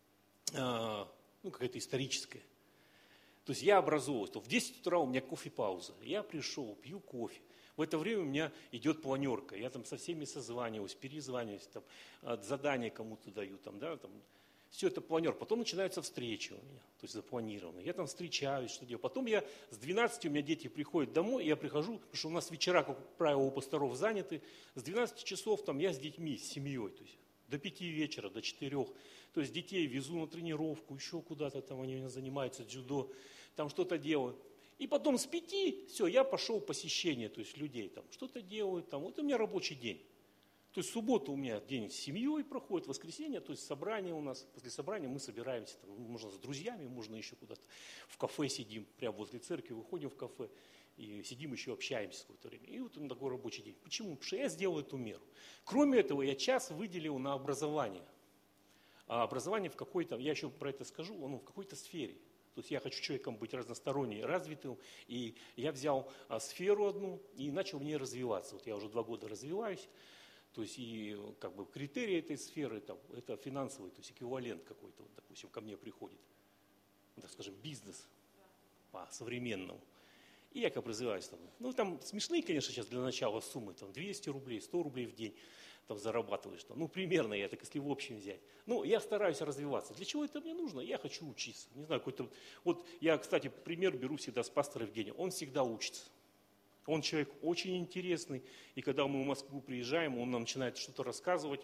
какая-то историческая. То есть я образовываюсь, в 10 утра у меня кофе-пауза, я пришел, пью кофе, в это время у меня идет планерка, я там со всеми созваниваюсь, перезваниваюсь, там, задания кому-то даю, там, да, там, все это планер. Потом начинаются встречи у меня, то есть запланированные. Я там встречаюсь, что делаю. Потом я с 12 у меня дети приходят домой, я прихожу, потому что у нас вечера, как правило, у пасторов заняты. С 12 часов там я с детьми, с семьей, то есть до 5 вечера, до 4. То есть детей везу на тренировку, еще куда-то там они у меня занимаются, дзюдо, там что-то делаю. И потом с 5, все, я пошел в посещение, то есть людей там что-то делают, там, вот у меня рабочий день. То есть суббота у меня день с семьей проходит, воскресенье, то есть собрание у нас. После собрания мы собираемся, там, можно с друзьями, можно еще куда-то в кафе сидим, прямо возле церкви, выходим в кафе и сидим еще общаемся какое-то время. И вот у меня такой рабочий день. Почему? Потому что я сделал эту меру. Кроме этого, я час выделил на образование. А образование в какой-то, я еще про это скажу, в какой-то сфере. То есть я хочу человеком быть разносторонне развитым, и я взял сферу одну и начал в ней развиваться. Вот я уже 2 года развиваюсь. То есть и как бы критерии этой сферы, там, это финансовый, то есть эквивалент какой-то, вот, допустим, ко мне приходит, так скажем, бизнес по-современному. И я как развиваюсь там. Там смешные, конечно, сейчас для начала суммы, там 200 рублей, 100 рублей в день там зарабатываешь. Там, примерно я так, если в общем взять. Я стараюсь развиваться. Для чего это мне нужно? Я хочу учиться. Не знаю, какой-то... Вот я, кстати, пример беру всегда с пастора Евгения. Он всегда учится. Он человек очень интересный, и когда мы в Москву приезжаем, он нам начинает что-то рассказывать.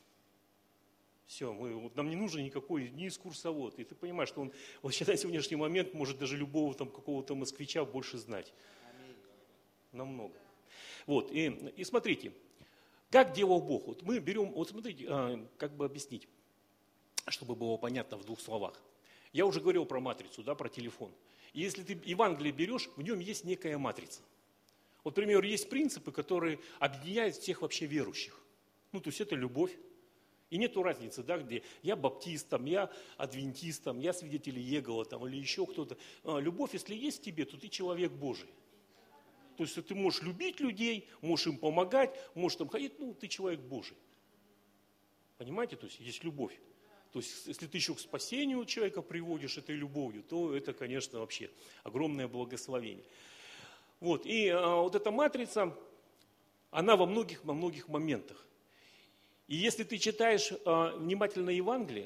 Все, нам не нужен никакой ни экскурсовод. И ты понимаешь, что он вообще на сегодняшний момент может даже любого там какого-то москвича больше знать. Намного. Вот, и смотрите, как делал Бог. Вот мы берем, вот смотрите, как бы объяснить, чтобы было понятно в 2 словах. Я уже говорил про матрицу, да, про телефон. И если ты Евангелие берешь, в нем есть некая матрица. Вот, например, есть принципы, которые объединяют всех вообще верующих. То есть это любовь. И нету разницы, да, где я баптист, там, я адвентист, там, я свидетель Иеговы, там, или еще кто-то. Любовь, если есть в тебе, то ты человек Божий. То есть ты можешь любить людей, можешь им помогать, можешь там ходить, ты человек Божий. Понимаете, то есть есть любовь. То есть если ты еще к спасению человека приводишь этой любовью, то это, конечно, вообще огромное благословение. Вот, и вот эта матрица, она во многих моментах. И если ты читаешь внимательно Евангелие,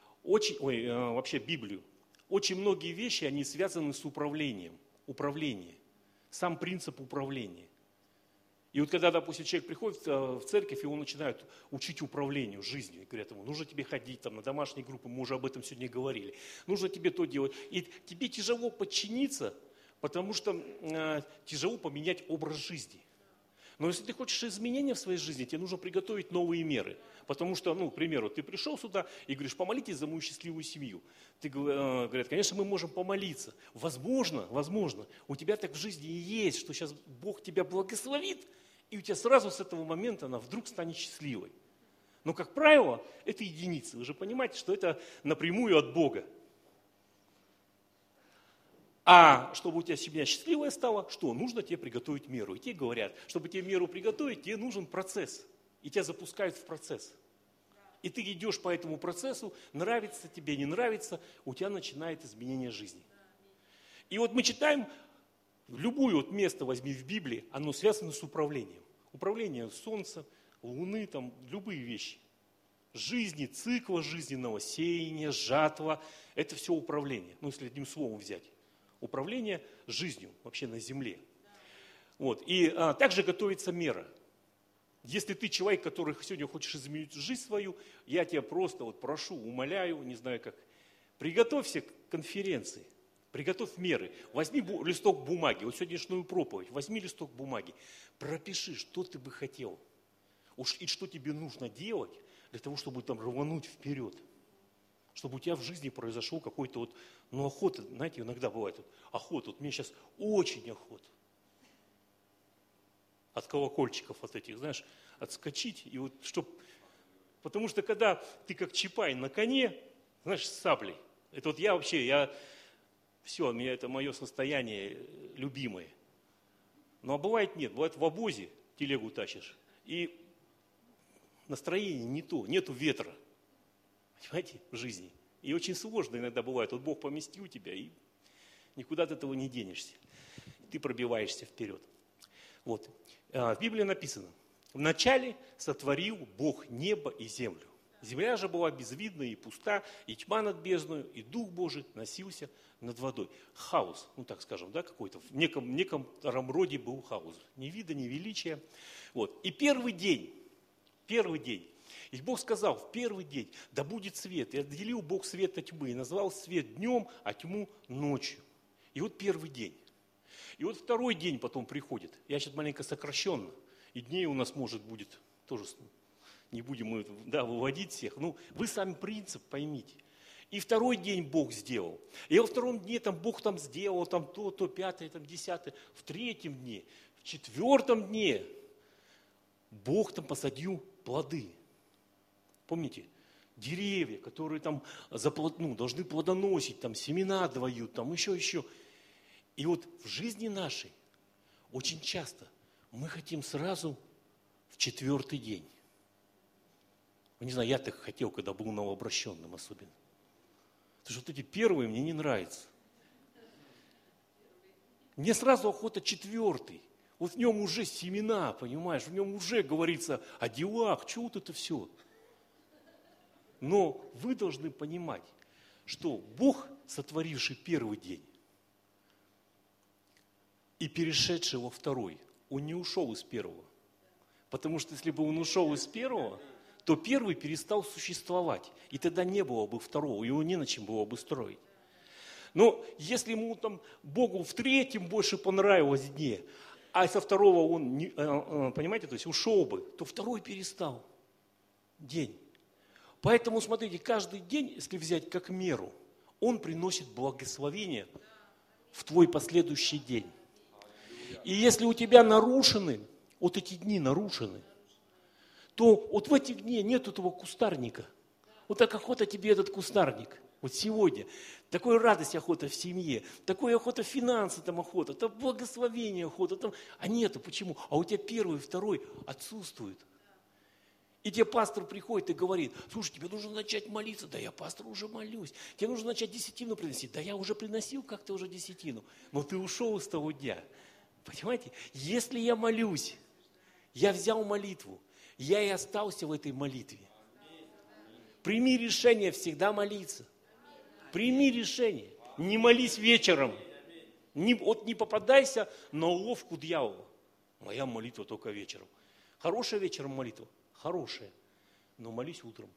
вообще Библию, очень многие вещи, они связаны с управлением, управление, сам принцип управления. И вот когда, допустим, человек приходит в церковь, и он начинает учить управлению жизнью, и говорят ему, нужно тебе ходить там, на домашние группы, мы уже об этом сегодня говорили, нужно тебе то делать. И тебе тяжело подчиниться, потому что тяжело поменять образ жизни. Но если ты хочешь изменения в своей жизни, тебе нужно приготовить новые меры. Потому что, к примеру, ты пришел сюда и говоришь, помолитесь за мою счастливую семью. Ты говорят, конечно, мы можем помолиться. Возможно, у тебя так в жизни и есть, что сейчас Бог тебя благословит, и у тебя сразу с этого момента она вдруг станет счастливой. Но, как правило, это единицы. Вы же понимаете, что это напрямую от Бога. А чтобы у тебя семья счастливая стала, что? Нужно тебе приготовить меру. И тебе говорят, чтобы тебе меру приготовить, тебе нужен процесс. И тебя запускают в процесс. И ты идешь по этому процессу, нравится тебе, не нравится, у тебя начинает изменение жизни. И вот мы читаем, любое вот место возьми в Библии, оно связано с управлением. Управление Солнца, Луны, там любые вещи. Жизни, цикла жизненного, сеяния, жатва, это все управление. Ну, если одним словом взять. Управление жизнью вообще на земле. Вот. И также готовится мера. Если ты человек, который сегодня хочешь изменить жизнь свою, я тебя просто вот прошу, умоляю, не знаю как, приготовься к конференции, приготовь меры. Возьми листок бумаги, вот сегодняшнюю проповедь, возьми листок бумаги, пропиши, что ты бы хотел, и что тебе нужно делать для того, чтобы там рвануть вперед. Чтобы у тебя в жизни произошел какой-то вот, охота, знаете, иногда бывает охота, вот мне сейчас очень охота. От колокольчиков от этих, знаешь, отскочить, и вот чтоб, потому что когда ты как Чапай на коне, знаешь, с саблей, это вот все, это мое состояние любимое. Ну а бывает нет, бывает в обозе телегу тащишь, и настроение не то, нету ветра, понимаете, в жизни. И очень сложно иногда бывает, вот Бог поместил тебя, и никуда от этого не денешься, ты пробиваешься вперед. Вот. В Библии написано, вначале сотворил Бог небо и землю. Земля же была безвидна и пуста, и тьма над бездною, и Дух Божий носился над водой. Хаос, так скажем, да, какой-то, в неком роде был хаос. Ни вида, ни величия. Вот. И первый день, и Бог сказал, в первый день, да будет свет. И отделил Бог свет от тьмы, и назвал свет днем, а тьму ночью. И вот первый день. И вот второй день потом приходит. Я сейчас маленько сокращенно. И дней у нас может будет тоже, не будем мы выводить всех. Вы сами принцип поймите. И второй день Бог сделал. И во втором дне Бог сделал то, пятое, десятое. В третьем дне, в четвертом дне Бог посадил плоды. Помните? Деревья, которые должны плодоносить, семена дают, еще. И вот в жизни нашей очень часто мы хотим сразу в четвертый день. Не знаю, я так хотел, когда был новообращенным особенно. Потому что вот эти первые мне не нравятся. Мне сразу охота четвертый. Вот в нем уже семена, понимаешь, в нем уже говорится о делах, что вот это все. Но вы должны понимать, что Бог, сотворивший первый день, и перешедший во второй, он не ушел из первого. Потому что если бы он ушел из первого, то первый перестал существовать. И тогда не было бы второго, его не на чем было бы строить. Но если ему Богу в третьем больше понравилось дне, а со второго он, понимаете, то есть ушел бы, то второй перестал день. Поэтому, смотрите, каждый день, если взять как меру, он приносит благословение в твой последующий день. И если у тебя нарушены, вот эти дни нарушены, то вот в этих днях нет этого кустарника. Вот так охота тебе этот кустарник. Вот сегодня. Такая радость охота в семье, такая охота в финансы, охота, там благословение охота. А нету. Почему? А у тебя первый, второй отсутствует. И тебе пастор приходит и говорит, слушай, тебе нужно начать молиться. Да я, пастор, уже молюсь. Тебе нужно начать десятину приносить. Да я уже приносил как-то уже десятину. Но ты ушел из того дня. Понимаете? Если я молюсь, я взял молитву, я и остался в этой молитве. Прими решение всегда молиться. Прими решение. Не молись вечером. Не попадайся на уловку дьявола. Моя молитва только вечером. Хорошая вечером молитва? Хорошая. Но молись утром.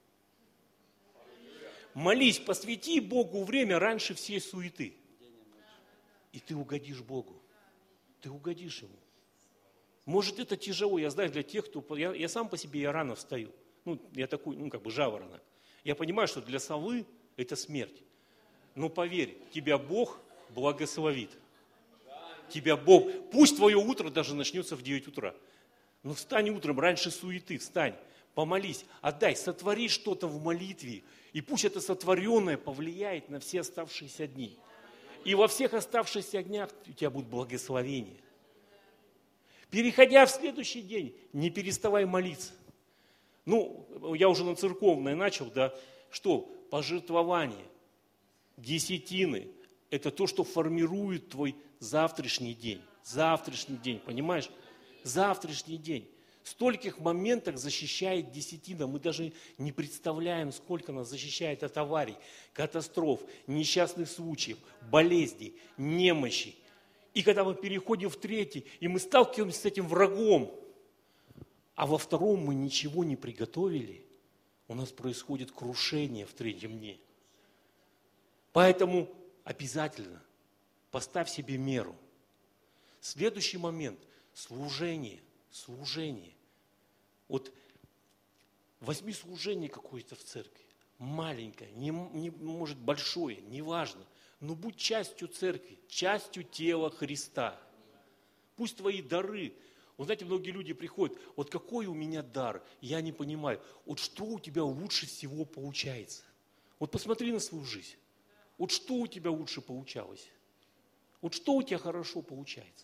Молись, посвяти Богу время раньше всей суеты. И ты угодишь Богу. Ты угодишь Ему. Может, это тяжело, я знаю, для тех, кто... Я сам по себе, я рано встаю. Я такой, жаворонок. Я понимаю, что для совы это смерть. Но поверь, тебя Бог благословит. Тебя Бог... Пусть твое утро даже начнется в 9 утра. Но встань утром, раньше суеты, встань, помолись, отдай, сотвори что-то в молитве. И пусть это сотворенное повлияет на все оставшиеся дни. И во всех оставшихся днях у тебя будут благословения. Переходя в следующий день, не переставай молиться. Ну, я уже на церковное начал, да, что? Пожертвование, десятины, это то, что формирует твой завтрашний день. Завтрашний день, понимаешь? Завтрашний день. В стольких моментах защищает десятина. Мы даже не представляем, сколько нас защищает от аварий, катастроф, несчастных случаев, болезней, немощи. И когда мы переходим в третий, и мы сталкиваемся с этим врагом, а во втором мы ничего не приготовили, у нас происходит крушение в третьем дне. Поэтому обязательно поставь себе меру. Следующий момент – служение. Служение. Вот возьми служение какое-то в церкви, маленькое, не может большое, неважно, но будь частью церкви, частью тела Христа. Пусть твои дары, вот знаете, многие люди приходят, вот какой у меня дар, я не понимаю, вот что у тебя лучше всего получается. Вот посмотри на свою жизнь, вот что у тебя лучше получалось, вот что у тебя хорошо получается.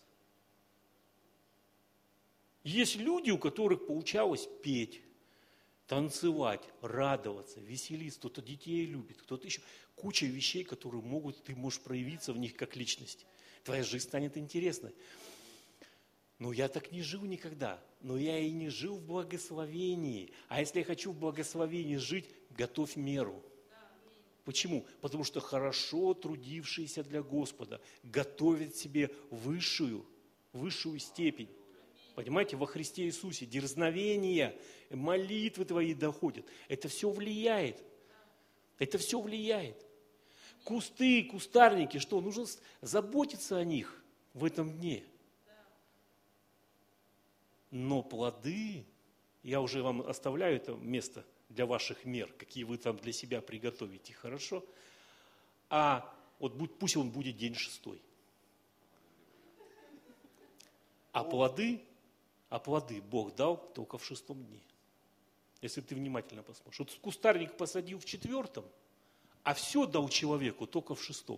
Есть люди, у которых получалось петь, танцевать, радоваться, веселиться. Кто-то детей любит, кто-то еще. Куча вещей, которые ты можешь проявиться в них как личность. Твоя жизнь станет интересной. Но я так не жил никогда. Но я и не жил в благословении. А если я хочу в благословении жить, готовь меру. Почему? Потому что хорошо трудившиеся для Господа готовят себе высшую степень. Понимаете, во Христе Иисусе дерзновения, молитвы твои доходят. Это все влияет. Это все влияет. Кусты, кустарники, что? Нужно заботиться о них в этом дне. Но плоды, я уже вам оставляю это место для ваших мер, какие вы там для себя приготовите, хорошо? А вот пусть он будет день 6. А плоды Бог дал только в 6 дне. Если ты внимательно посмотришь. Вот кустарник посадил в 4, а все дал человеку только в 6.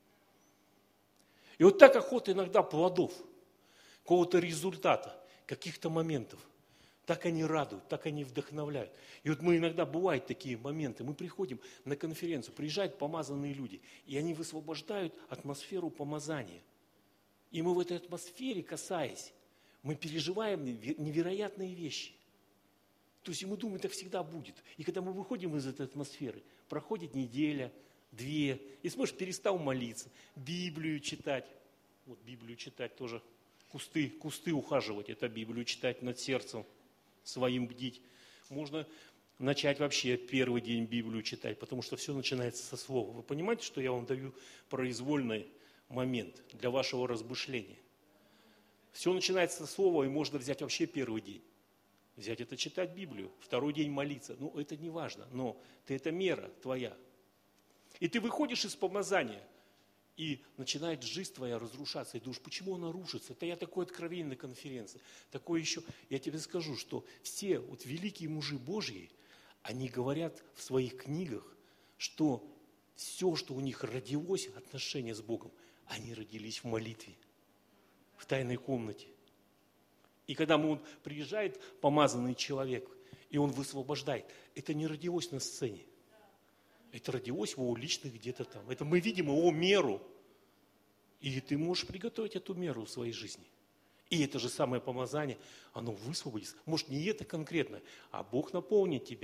И вот так охота иногда плодов, какого-то результата, каких-то моментов. Так они радуют, так они вдохновляют. И вот мы иногда, бывают такие моменты, мы приходим на конференцию, приезжают помазанные люди, и они высвобождают атмосферу помазания. И мы в этой атмосфере, касаясь, мы переживаем невероятные вещи. То есть и мы думаем, так всегда будет. И когда мы выходим из этой атмосферы, проходит неделя, 2, и сможешь перестал молиться, Библию читать. Вот Библию читать тоже, кусты ухаживать, это Библию читать над сердцем своим бдить. Можно начать вообще первый день Библию читать, потому что все начинается со слова. Вы понимаете, что я вам даю произвольный момент для вашего размышления? Все начинается со слова, и можно взять вообще первый день. Взять это, читать Библию, 2 день молиться. Ну, это не важно, но это мера твоя. И ты выходишь из помазания, и начинает жизнь твоя разрушаться. И думаешь, почему она рушится? Это я такое откровение на конференции. Такое еще, я тебе скажу, что все вот великие мужи Божьи, они говорят в своих книгах, что все, что у них родилось, отношения с Богом, они родились в молитве, в тайной комнате. И когда приезжает помазанный человек, и он высвобождает, это не родилось на сцене. Это родилось в его личных где-то там. Это мы видим его меру. И ты можешь приготовить эту меру в своей жизни. И это же самое помазание, оно высвободится. Может, не это конкретно, а Бог наполнит тебя.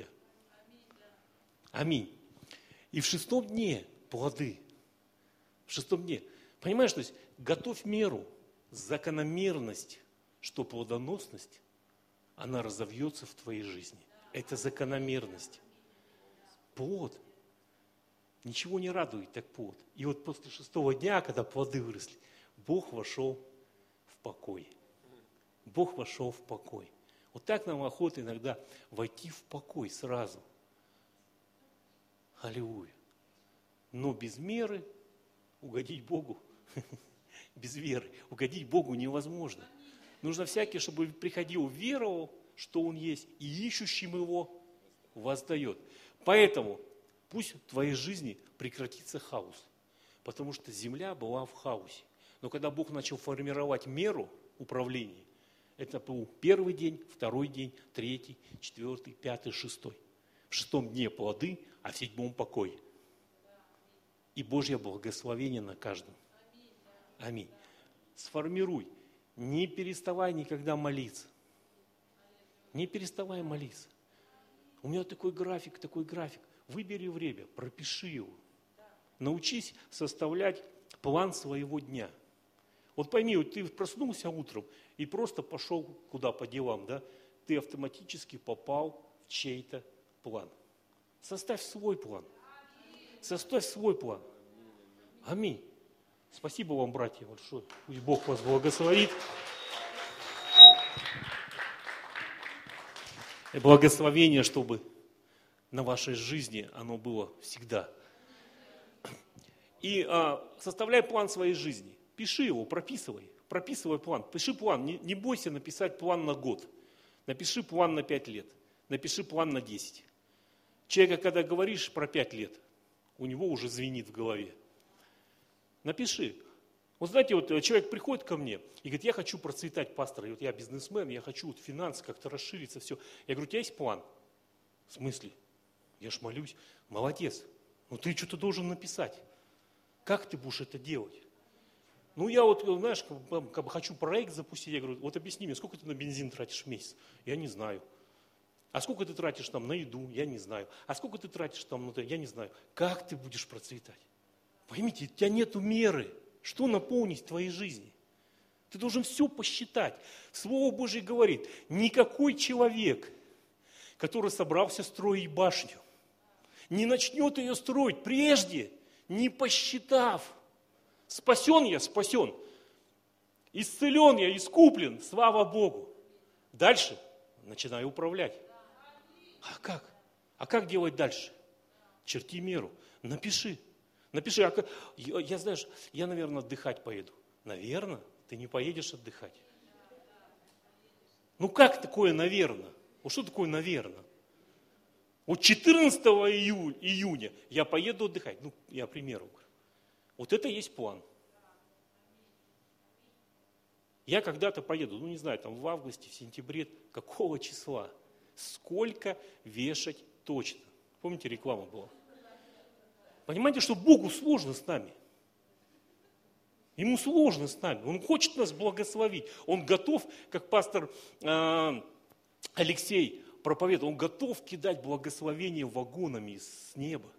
Аминь. И в 6 дне плоды. В 6 дне. Понимаешь, то есть готовь меру, закономерность, что плодоносность, она разовьется в твоей жизни. Это закономерность. Плод. Ничего не радует, так плод. И вот после 6 дня, когда плоды выросли, Бог вошел в покой. Бог вошел в покой. Вот так нам охота иногда войти в покой сразу. Аллилуйя. Но без меры угодить Богу, без веры, угодить Богу невозможно. Нужно всякий, чтобы приходил, веровал, что Он есть, и ищущим Его воздает. Поэтому пусть в твоей жизни прекратится хаос. Потому что земля была в хаосе. Но когда Бог начал формировать меру управления, это был первый день, второй день, третий, четвертый, пятый, шестой. В шестом дне плоды, а в седьмом покой. И Божье благословение на каждом. Аминь. Сформируй. Не переставай никогда молиться. Не переставай молиться. У меня такой график. Выбери время, пропиши его. Научись составлять план своего дня. Вот пойми, вот ты проснулся утром и просто пошел куда по делам, да? Ты автоматически попал в чей-то план. Составь свой план. Составь свой план. Аминь. Спасибо вам, братья, большое. Пусть Бог вас благословит. И благословение, чтобы на вашей жизни оно было всегда. И составляй план своей жизни. Пиши его, прописывай. Прописывай план. Пиши план. Не бойся написать план на год. Напиши план на 5 лет. Напиши план на 10. Человека, когда говоришь про 5 лет, у него уже звенит в голове. Напиши. Вот знаете, вот человек приходит ко мне и говорит, я хочу процветать, пастор, и вот я бизнесмен, я хочу вот финансы как-то расшириться, все. Я говорю, у тебя есть план? В смысле? Я ж молюсь. Молодец. Но ты что-то должен написать. Как ты будешь это делать? Ну, я вот, знаешь, как бы хочу проект запустить. Я говорю, вот объясни мне, сколько ты на бензин тратишь в месяц? Я не знаю. А сколько ты тратишь там на еду? Я не знаю. А сколько ты тратишь там на то? Я не знаю. Как ты будешь процветать? Поймите, у тебя нету меры. Что наполнить в твоей жизни? Ты должен все посчитать. Слово Божье говорит, никакой человек, который собрался строить башню, не начнет ее строить прежде, не посчитав. Спасен я, спасен. Исцелен я, искуплен, слава Богу. Дальше начинаю управлять. А как? А как делать дальше? Черти меру. Напиши. Напиши. Я, знаешь, я, наверное, отдыхать поеду. Наверное, ты не поедешь отдыхать. Ну как такое, наверное? Вот что такое, наверное? Вот 14 июня я поеду отдыхать. Ну, я примеру говорю. Вот это есть план. Я когда-то поеду, ну не знаю, там в августе, в сентябре, какого числа, сколько вешать точно. Помните, реклама была? Понимаете, что Богу сложно с нами. Ему сложно с нами. Он хочет нас благословить. Он готов, как пастор Алексей проповедовал, он готов кидать благословение вагонами с неба.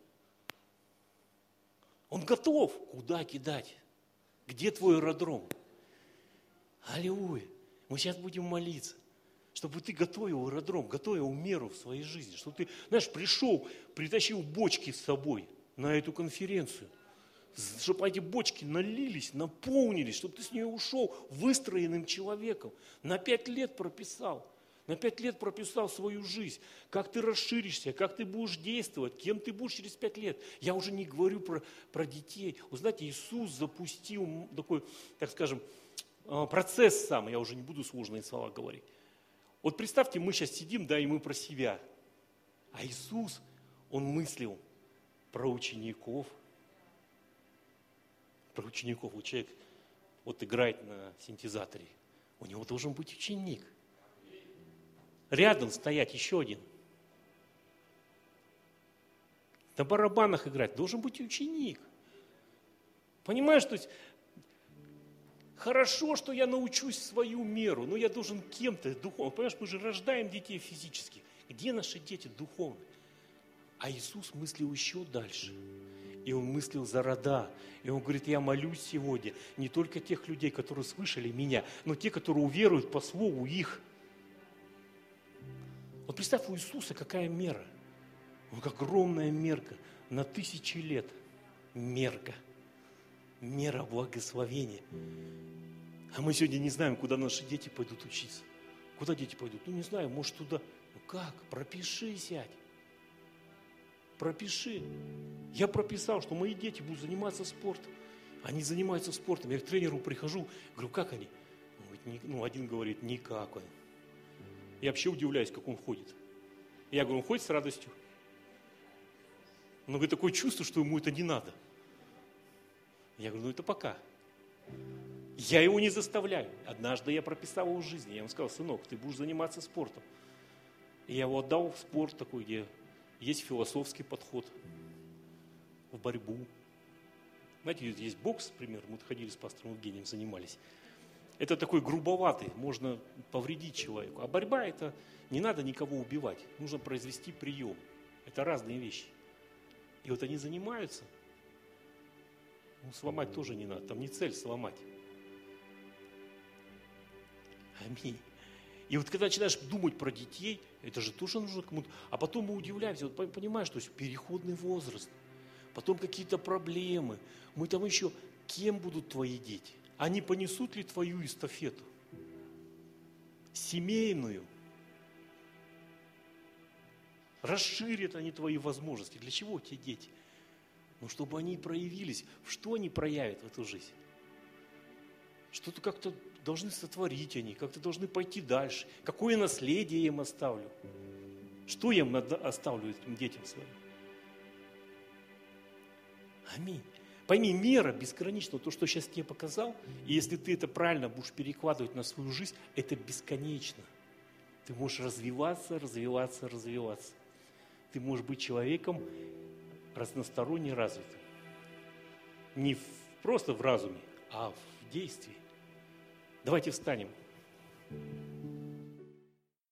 Он готов. Куда кидать? Где твой аэродром? Аллилуйя. Мы сейчас будем молиться, чтобы ты готовил аэродром, готовил меру в своей жизни. Чтобы ты, знаешь, пришел, притащил бочки с собой на эту конференцию. Чтобы эти бочки налились, наполнились, чтобы ты с нее ушел выстроенным человеком. На 5 лет прописал. На 5 лет прописал свою жизнь. Как ты расширишься, как ты будешь действовать, кем ты будешь через 5 лет. Я уже не говорю про детей. Вы знаете, Иисус запустил такой, так скажем, процесс сам. Я уже не буду сложные слова говорить. Вот представьте, мы сейчас сидим, да, и мы про себя. А Иисус, Он мыслил про учеников. Про учеников. Вот человек вот играет на синтезаторе. У него должен быть ученик. Рядом стоять еще один. На барабанах играть. Должен быть ученик. Понимаешь, то есть хорошо, что я научусь свою меру, но я должен кем-то духовно. Понимаешь, мы же рождаем детей физически. Где наши дети духовные? А Иисус мыслил еще дальше. И Он мыслил за рода. И Он говорит, я молюсь сегодня не только тех людей, которые слышали меня, но те, которые уверуют по слову их. Вот представь, у Иисуса какая мера. Он как огромная мерка на 1000 лет. Мерка. Мера благословения. А мы сегодня не знаем, куда наши дети пойдут учиться. Куда дети пойдут? Ну не знаю, может туда. Ну как? Пропиши, сядь. Пропиши. Я прописал, что мои дети будут заниматься спортом. Они занимаются спортом. Я к тренеру прихожу, говорю, как они? Ну, один говорит, никак он. Я вообще удивляюсь, как он ходит. Я говорю, он ходит с радостью. Он говорит, такое чувство, что ему это не надо. Я говорю, ну это пока. Я его не заставляю. Однажды я прописал его в жизни. Я ему сказал, сынок, ты будешь заниматься спортом. И я его отдал в спорт такой, где есть философский подход, в борьбу. Знаете, есть бокс, например, мы ходили с пастором Евгением, занимались. Это такой грубоватый, можно повредить человеку. А борьба это не надо никого убивать, нужно произвести прием. Это разные вещи. И вот они занимаются, ну, сломать тоже не надо, там не цель сломать. Аминь. И вот когда начинаешь думать про детей, это же тоже нужно кому-то. А потом мы удивляемся, вот понимаешь, то есть переходный возраст, потом какие-то проблемы. Мы там еще, кем будут твои дети? Они понесут ли твою эстафету? Семейную? Расширят они твои возможности? Для чего те дети? Ну, чтобы они проявились. Что они проявят в эту жизнь? Что-то как-то должны сотворить они, как-то должны пойти дальше. Какое наследие я им оставлю? Что я им оставлю этим детям своим? Аминь. Пойми, мера безгранична. То, что сейчас тебе показал, и если ты это правильно будешь перекладывать на свою жизнь, это бесконечно. Ты можешь развиваться, развиваться, развиваться. Ты можешь быть человеком разносторонне развитым. Не просто в разуме, а в действии. Давайте встанем.